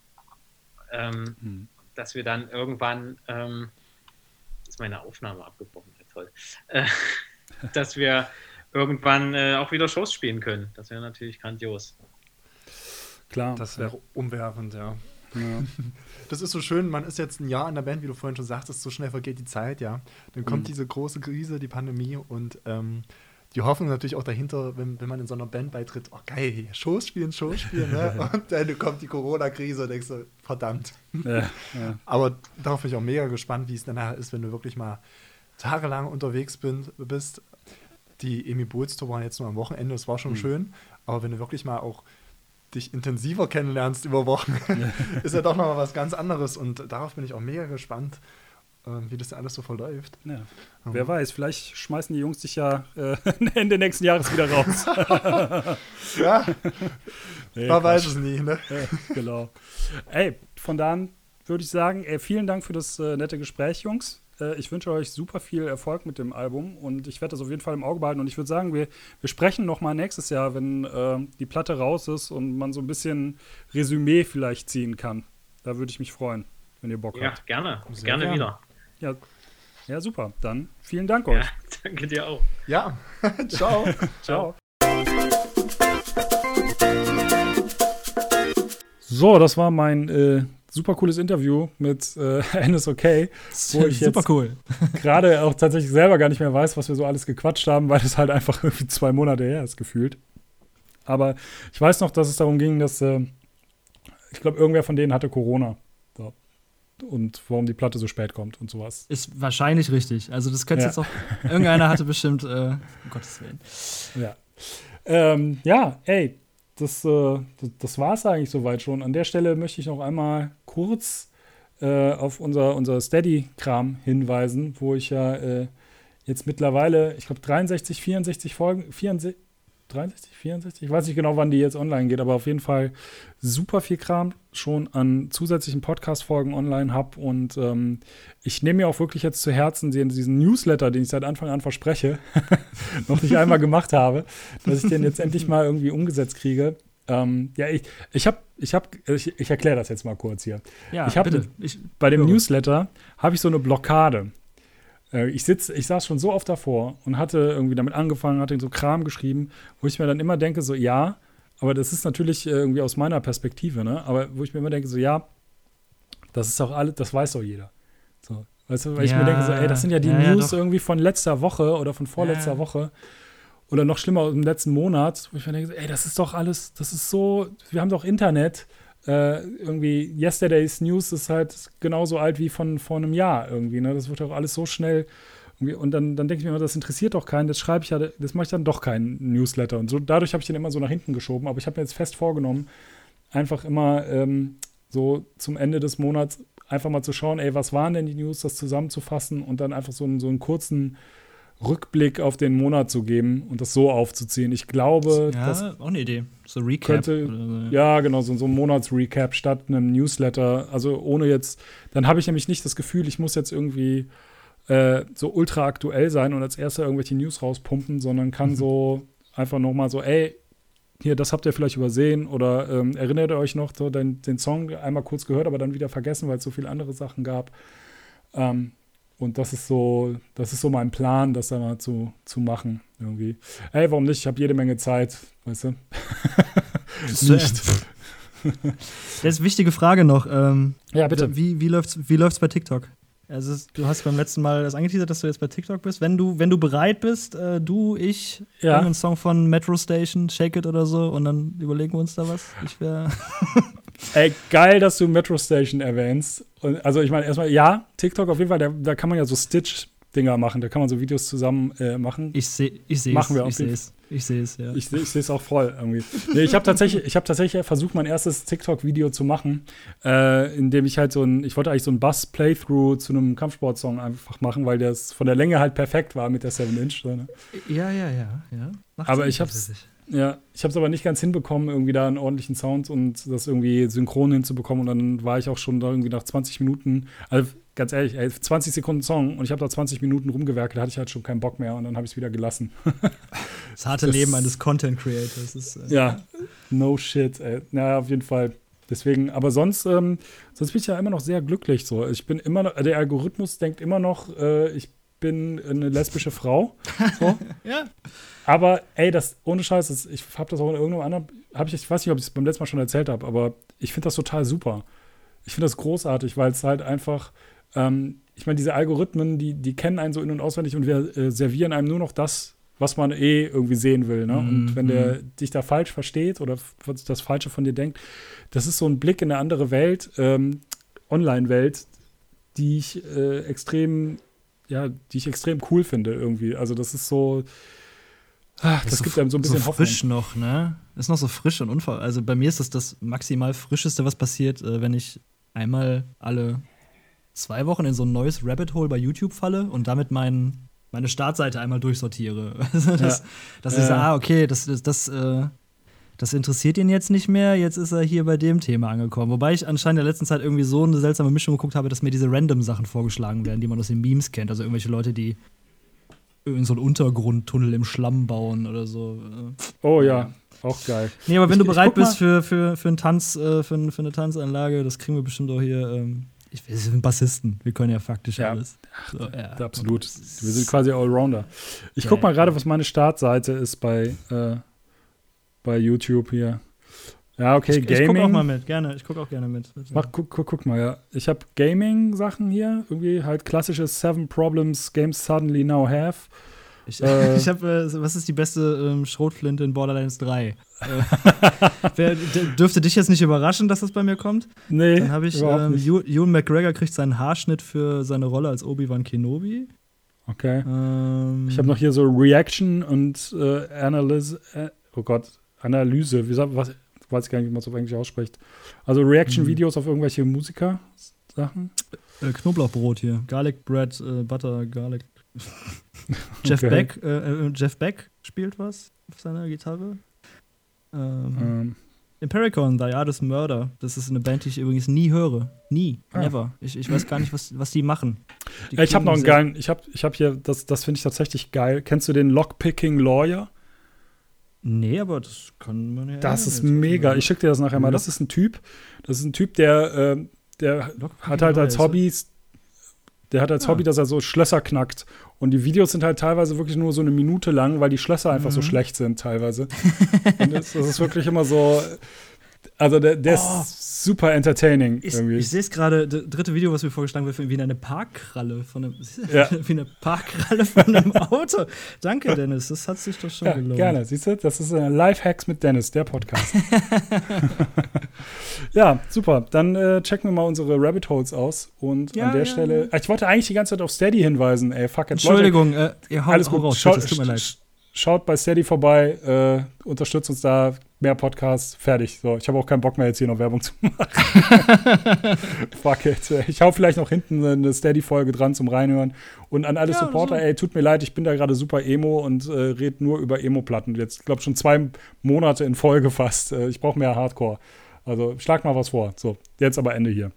dass wir dann irgendwann ist meine Aufnahme abgebrochen, ja, toll, dass wir irgendwann auch wieder Shows spielen können. Das wäre natürlich grandios. Klar. Das wäre umwerfend, ja. Das ist so schön, man ist jetzt ein Jahr in der Band, wie du vorhin schon sagtest, so schnell vergeht die Zeit, ja. Dann kommt diese große Krise, die Pandemie und die Hoffnung natürlich auch dahinter, wenn man in so einer Band beitritt, oh geil, Shows spielen, ne? Und dann kommt die Corona-Krise und denkst so, verdammt. Ja. Aber darauf bin ich auch mega gespannt, wie es danach ist, wenn du wirklich mal tagelang unterwegs bist. Die Emi Bulls Tour waren jetzt nur am Wochenende, das war schon schön, aber wenn du wirklich mal auch dich intensiver kennenlernst über Wochen, ist ja doch noch mal was ganz anderes. Und darauf bin ich auch mega gespannt, wie das alles so verläuft. Ja. Wer weiß, vielleicht schmeißen die Jungs dich ja Ende nächsten Jahres wieder raus. Ja, man weiß es nie. Ne? Ja, genau. Ey, von da würde ich sagen, vielen Dank für das nette Gespräch, Jungs. Ich wünsche euch super viel Erfolg mit dem Album und ich werde das auf jeden Fall im Auge behalten. Und ich würde sagen, wir sprechen noch mal nächstes Jahr, wenn die Platte raus ist und man so ein bisschen Resümee vielleicht ziehen kann. Da würde ich mich freuen, wenn ihr Bock habt. Ja, gerne wieder. Ja, super. Dann vielen Dank euch. Ja, danke dir auch. Ja, ciao. Ciao. So, das war mein super cooles Interview mit NSOK, wo ich Super jetzt cool. gerade auch tatsächlich selber gar nicht mehr weiß, was wir so alles gequatscht haben, weil es halt einfach irgendwie 2 Monate her ist, gefühlt. Aber ich weiß noch, dass es darum ging, dass ich glaube, irgendwer von denen hatte Corona. So. Und warum die Platte so spät kommt und sowas. Ist wahrscheinlich richtig. Also das könnte Ja. jetzt auch, irgendeiner hatte bestimmt, um Gottes Willen. Ja, ey, das war es eigentlich soweit schon. An der Stelle möchte ich noch einmal kurz auf unser Steady-Kram hinweisen, wo ich ja jetzt mittlerweile, ich glaube 63, 64 Folgen, 63, 64, ich weiß nicht genau, wann die jetzt online geht, aber auf jeden Fall super viel Kram schon an zusätzlichen Podcast-Folgen online habe und ich nehme mir auch wirklich jetzt zu Herzen diesen Newsletter, den ich seit Anfang an verspreche, noch nicht einmal gemacht habe, dass ich den jetzt endlich mal irgendwie umgesetzt kriege. Ja, ich erkläre das jetzt mal kurz hier. Ja, ich bitte. Bei dem höre. Newsletter habe ich so eine Blockade. Ich saß schon so oft davor und hatte irgendwie damit angefangen, hatte so Kram geschrieben, wo ich mir dann immer denke, so ja, aber das ist natürlich irgendwie aus meiner Perspektive, ne? Aber wo ich mir immer denke, so ja, das ist doch alles, das weiß doch jeder. So, weißt du, weil ich mir denke, so, ey, das sind ja die News doch. irgendwie von letzter Woche oder von vorletzter Woche oder noch schlimmer im letzten Monat, wo ich mir denke, so, ey, das ist doch alles, das ist so, wir haben doch Internet. Irgendwie Yesterday's News ist halt genauso alt wie von vor einem Jahr irgendwie, ne? Das wird auch alles so schnell irgendwie, und dann denke ich mir immer, das interessiert doch keinen, das mache ich dann doch keinen Newsletter und so, dadurch habe ich den immer so nach hinten geschoben, aber ich habe mir jetzt fest vorgenommen, einfach immer so zum Ende des Monats einfach mal zu schauen, ey, was waren denn die News, das zusammenzufassen und dann einfach so einen kurzen Rückblick auf den Monat zu geben und das so aufzuziehen. Ich glaube, das auch eine Idee. So Recap. könnte, oder so. ja, genau, so ein Monatsrecap statt einem Newsletter. Also ohne jetzt, dann habe ich nämlich nicht das Gefühl, ich muss jetzt irgendwie so ultra aktuell sein und als erster irgendwelche News rauspumpen, sondern kann so einfach nochmal so, ey, hier, das habt ihr vielleicht übersehen oder erinnert ihr euch noch, so den Song einmal kurz gehört, aber dann wieder vergessen, weil es so viele andere Sachen gab. Und das ist so mein Plan, das dann mal zu machen irgendwie. Ey, warum nicht? Ich habe jede Menge Zeit, weißt du? Nicht. Jetzt wichtige Frage noch. Ja, bitte. Wie läuft's bei TikTok? Also du hast beim letzten Mal das angeteasert, dass du jetzt bei TikTok bist. Wenn du bereit bist, ich, einen Song von Metro Station, Shake It oder so, und dann überlegen wir uns da was. Ey, geil, dass du Metro Station erwähnst. Und, also ich meine, erstmal, ja, TikTok auf jeden Fall, da kann man ja so Stitch-Dinger machen, da kann man so Videos zusammen machen. Ich sehe es. Machen wir auf jeden Fall. Ich sehe es, ja. Ich sehe es auch voll irgendwie. Nee, ich habe tatsächlich versucht, mein erstes TikTok-Video zu machen, indem ich halt ich wollte eigentlich so ein Bass-Playthrough zu einem Kampfsportsong einfach machen, weil das von der Länge halt perfekt war mit der 7-Inch. Ne? Ja. Aber ich hab's aber nicht ganz hinbekommen, irgendwie da einen ordentlichen Sound und das irgendwie synchron hinzubekommen. Und dann war ich auch schon da irgendwie nach 20 Minuten, also ganz ehrlich, 20 Sekunden Song und ich habe da 20 Minuten rumgewerkelt, da hatte ich halt schon keinen Bock mehr und dann habe ich es wieder gelassen. Das harte Leben eines Content Creators ist. Ja, no shit, ey. Na, auf jeden Fall. Deswegen, aber sonst bin ich ja immer noch sehr glücklich. So. Ich bin immer noch, der Algorithmus denkt immer noch, ich bin eine lesbische Frau. So. Ja. Aber ey, das ohne Scheiß, ich habe das auch in irgendeinem anderen, ich weiß nicht, ob ich es beim letzten Mal schon erzählt habe, aber ich finde das total super. Ich finde das großartig, weil es halt einfach, ich meine, diese Algorithmen, die kennen einen so in- und auswendig und wir servieren einem nur noch das, was man irgendwie sehen will. Ne? Und wenn der dich da falsch versteht oder das Falsche von dir denkt, das ist so ein Blick in eine andere Welt, Online-Welt, die ich extrem cool finde irgendwie. Also das ist so, das gibt einem so ein bisschen Hoffnung. Frisch noch, ne? Ist noch so frisch und also bei mir ist das maximal Frischeste, was passiert, wenn ich einmal alle 2 Wochen in so ein neues Rabbit Hole bei YouTube falle und damit meine Startseite einmal durchsortiere. Also dass ich sage, okay, das interessiert ihn jetzt nicht mehr, jetzt ist er hier bei dem Thema angekommen. Wobei ich anscheinend in der letzten Zeit irgendwie so eine seltsame Mischung geguckt habe, dass mir diese Random-Sachen vorgeschlagen werden, die man aus den Memes kennt. Also irgendwelche Leute, die in so einen Untergrundtunnel im Schlamm bauen oder so. Oh ja, auch geil. Nee, aber wenn du bereit bist für einen Tanz, für eine Tanzanlage, das kriegen wir bestimmt auch hier. Wir sind Bassisten, wir können ja faktisch alles. So, ja, absolut. Wir sind quasi Allrounder. Ich guck mal gerade, was meine Startseite ist bei YouTube hier. Ja, okay, Ich Gaming. gucke auch mal mit, gerne. Ich gucke auch gerne mit. Guck mal, ja. Ich habe Gaming-Sachen hier. Irgendwie halt klassische 7 Problems Games Suddenly Now Have. Ich habe, was ist die beste Schrotflinte in Borderlands 3? Dürfte dich jetzt nicht überraschen, dass das bei mir kommt? Nee, Dann habe ich, Ewan McGregor kriegt seinen Haarschnitt für seine Rolle als Obi-Wan Kenobi. Okay. Ich habe noch hier so Reaction und Analyse, weiß ich gar nicht, wie man es auf Englisch ausspricht. Also Reaction-Videos auf irgendwelche Musiker-Sachen. Knoblauchbrot hier. Garlic Bread, Butter, Garlic. Jeff Beck spielt was auf seiner Gitarre. Impericon, The Artist Murder. Das ist eine Band, die ich übrigens nie höre. Nie. Never. Ich weiß gar nicht, was die machen. Ich habe noch einen geilen, ich hab hier, das finde ich tatsächlich geil. Kennst du den Lockpicking Lawyer? Nee, aber das kann man ja. Das ist mega. Ich schicke dir das nachher mal. Das ist ein Typ, der hat halt als Hobby, dass er so Schlösser knackt. Und die Videos sind halt teilweise wirklich nur so eine Minute lang, weil die Schlösser einfach so schlecht sind teilweise. Und das ist wirklich immer so, also der ist super entertaining irgendwie. Ich sehe es gerade, das dritte Video, was mir vorgeschlagen wird, wie eine Parkkralle von einem, wie eine Parkkralle von einem Auto. Danke, Dennis, das hat sich doch schon gelohnt. Gerne, siehst du, das ist Lifehacks mit Dennis, der Podcast. Ja, super. Dann checken wir mal unsere Rabbit Holes aus. Und an der Stelle, ich wollte eigentlich die ganze Zeit auf Steady hinweisen. Ey, fuck it. Entschuldigung, alles gut. Raus, es tut mir leid. Schaut bei Steady vorbei, unterstützt uns da, mehr Podcasts, fertig. So, ich habe auch keinen Bock mehr, jetzt hier noch Werbung zu machen. Fuck it. Ich hau vielleicht noch hinten eine Steady-Folge dran zum Reinhören. Und an alle Supporter, ey, tut mir leid, ich bin da gerade super Emo und rede nur über Emo-Platten. Jetzt, glaube ich, schon 2 Monate in Folge fast. Ich brauche mehr Hardcore. Also, schlag mal was vor. So, jetzt aber Ende hier.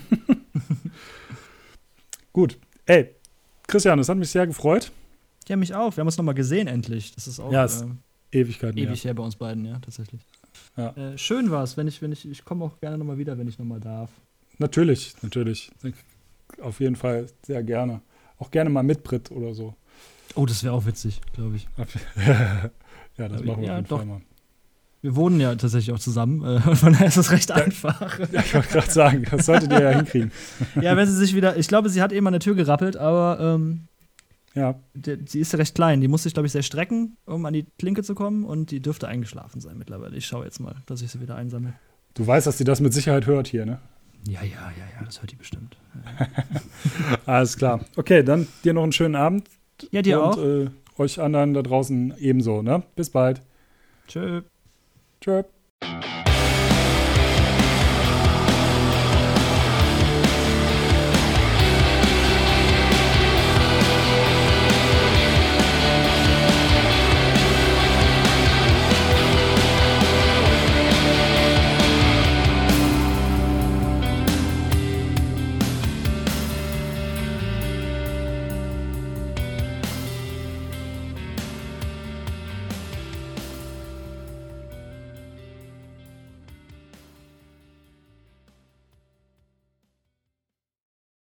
Gut. Ey, Christian, das hat mich sehr gefreut. Ja, mich auch. Wir haben uns nochmal gesehen, endlich. Das ist auch Ewigkeiten ewig her bei uns beiden, ja, tatsächlich. Ja. Schön war es, ich komme auch gerne nochmal wieder, wenn ich nochmal darf. Natürlich. Auf jeden Fall sehr gerne. Auch gerne mal mit Brit oder so. Oh, das wäre auch witzig, glaube ich. Ja, das machen wir auf jeden Fall mal. Wir wohnen ja tatsächlich auch zusammen, von daher ist das recht einfach. Ja, ich wollte gerade sagen, das solltet ihr ja hinkriegen. Ja, wenn sie sich wieder, ich glaube, sie hat eben an der Tür gerappelt, aber sie ist recht klein. Die muss sich, glaube ich, sehr strecken, um an die Klinke zu kommen und die dürfte eingeschlafen sein mittlerweile. Ich schaue jetzt mal, dass ich sie wieder einsammle. Du weißt, dass sie das mit Sicherheit hört hier, ne? Ja, das hört die bestimmt. Alles klar. Okay, dann dir noch einen schönen Abend. Ja, dir auch. Und euch anderen da draußen ebenso, ne? Bis bald. Tschö. Tschö.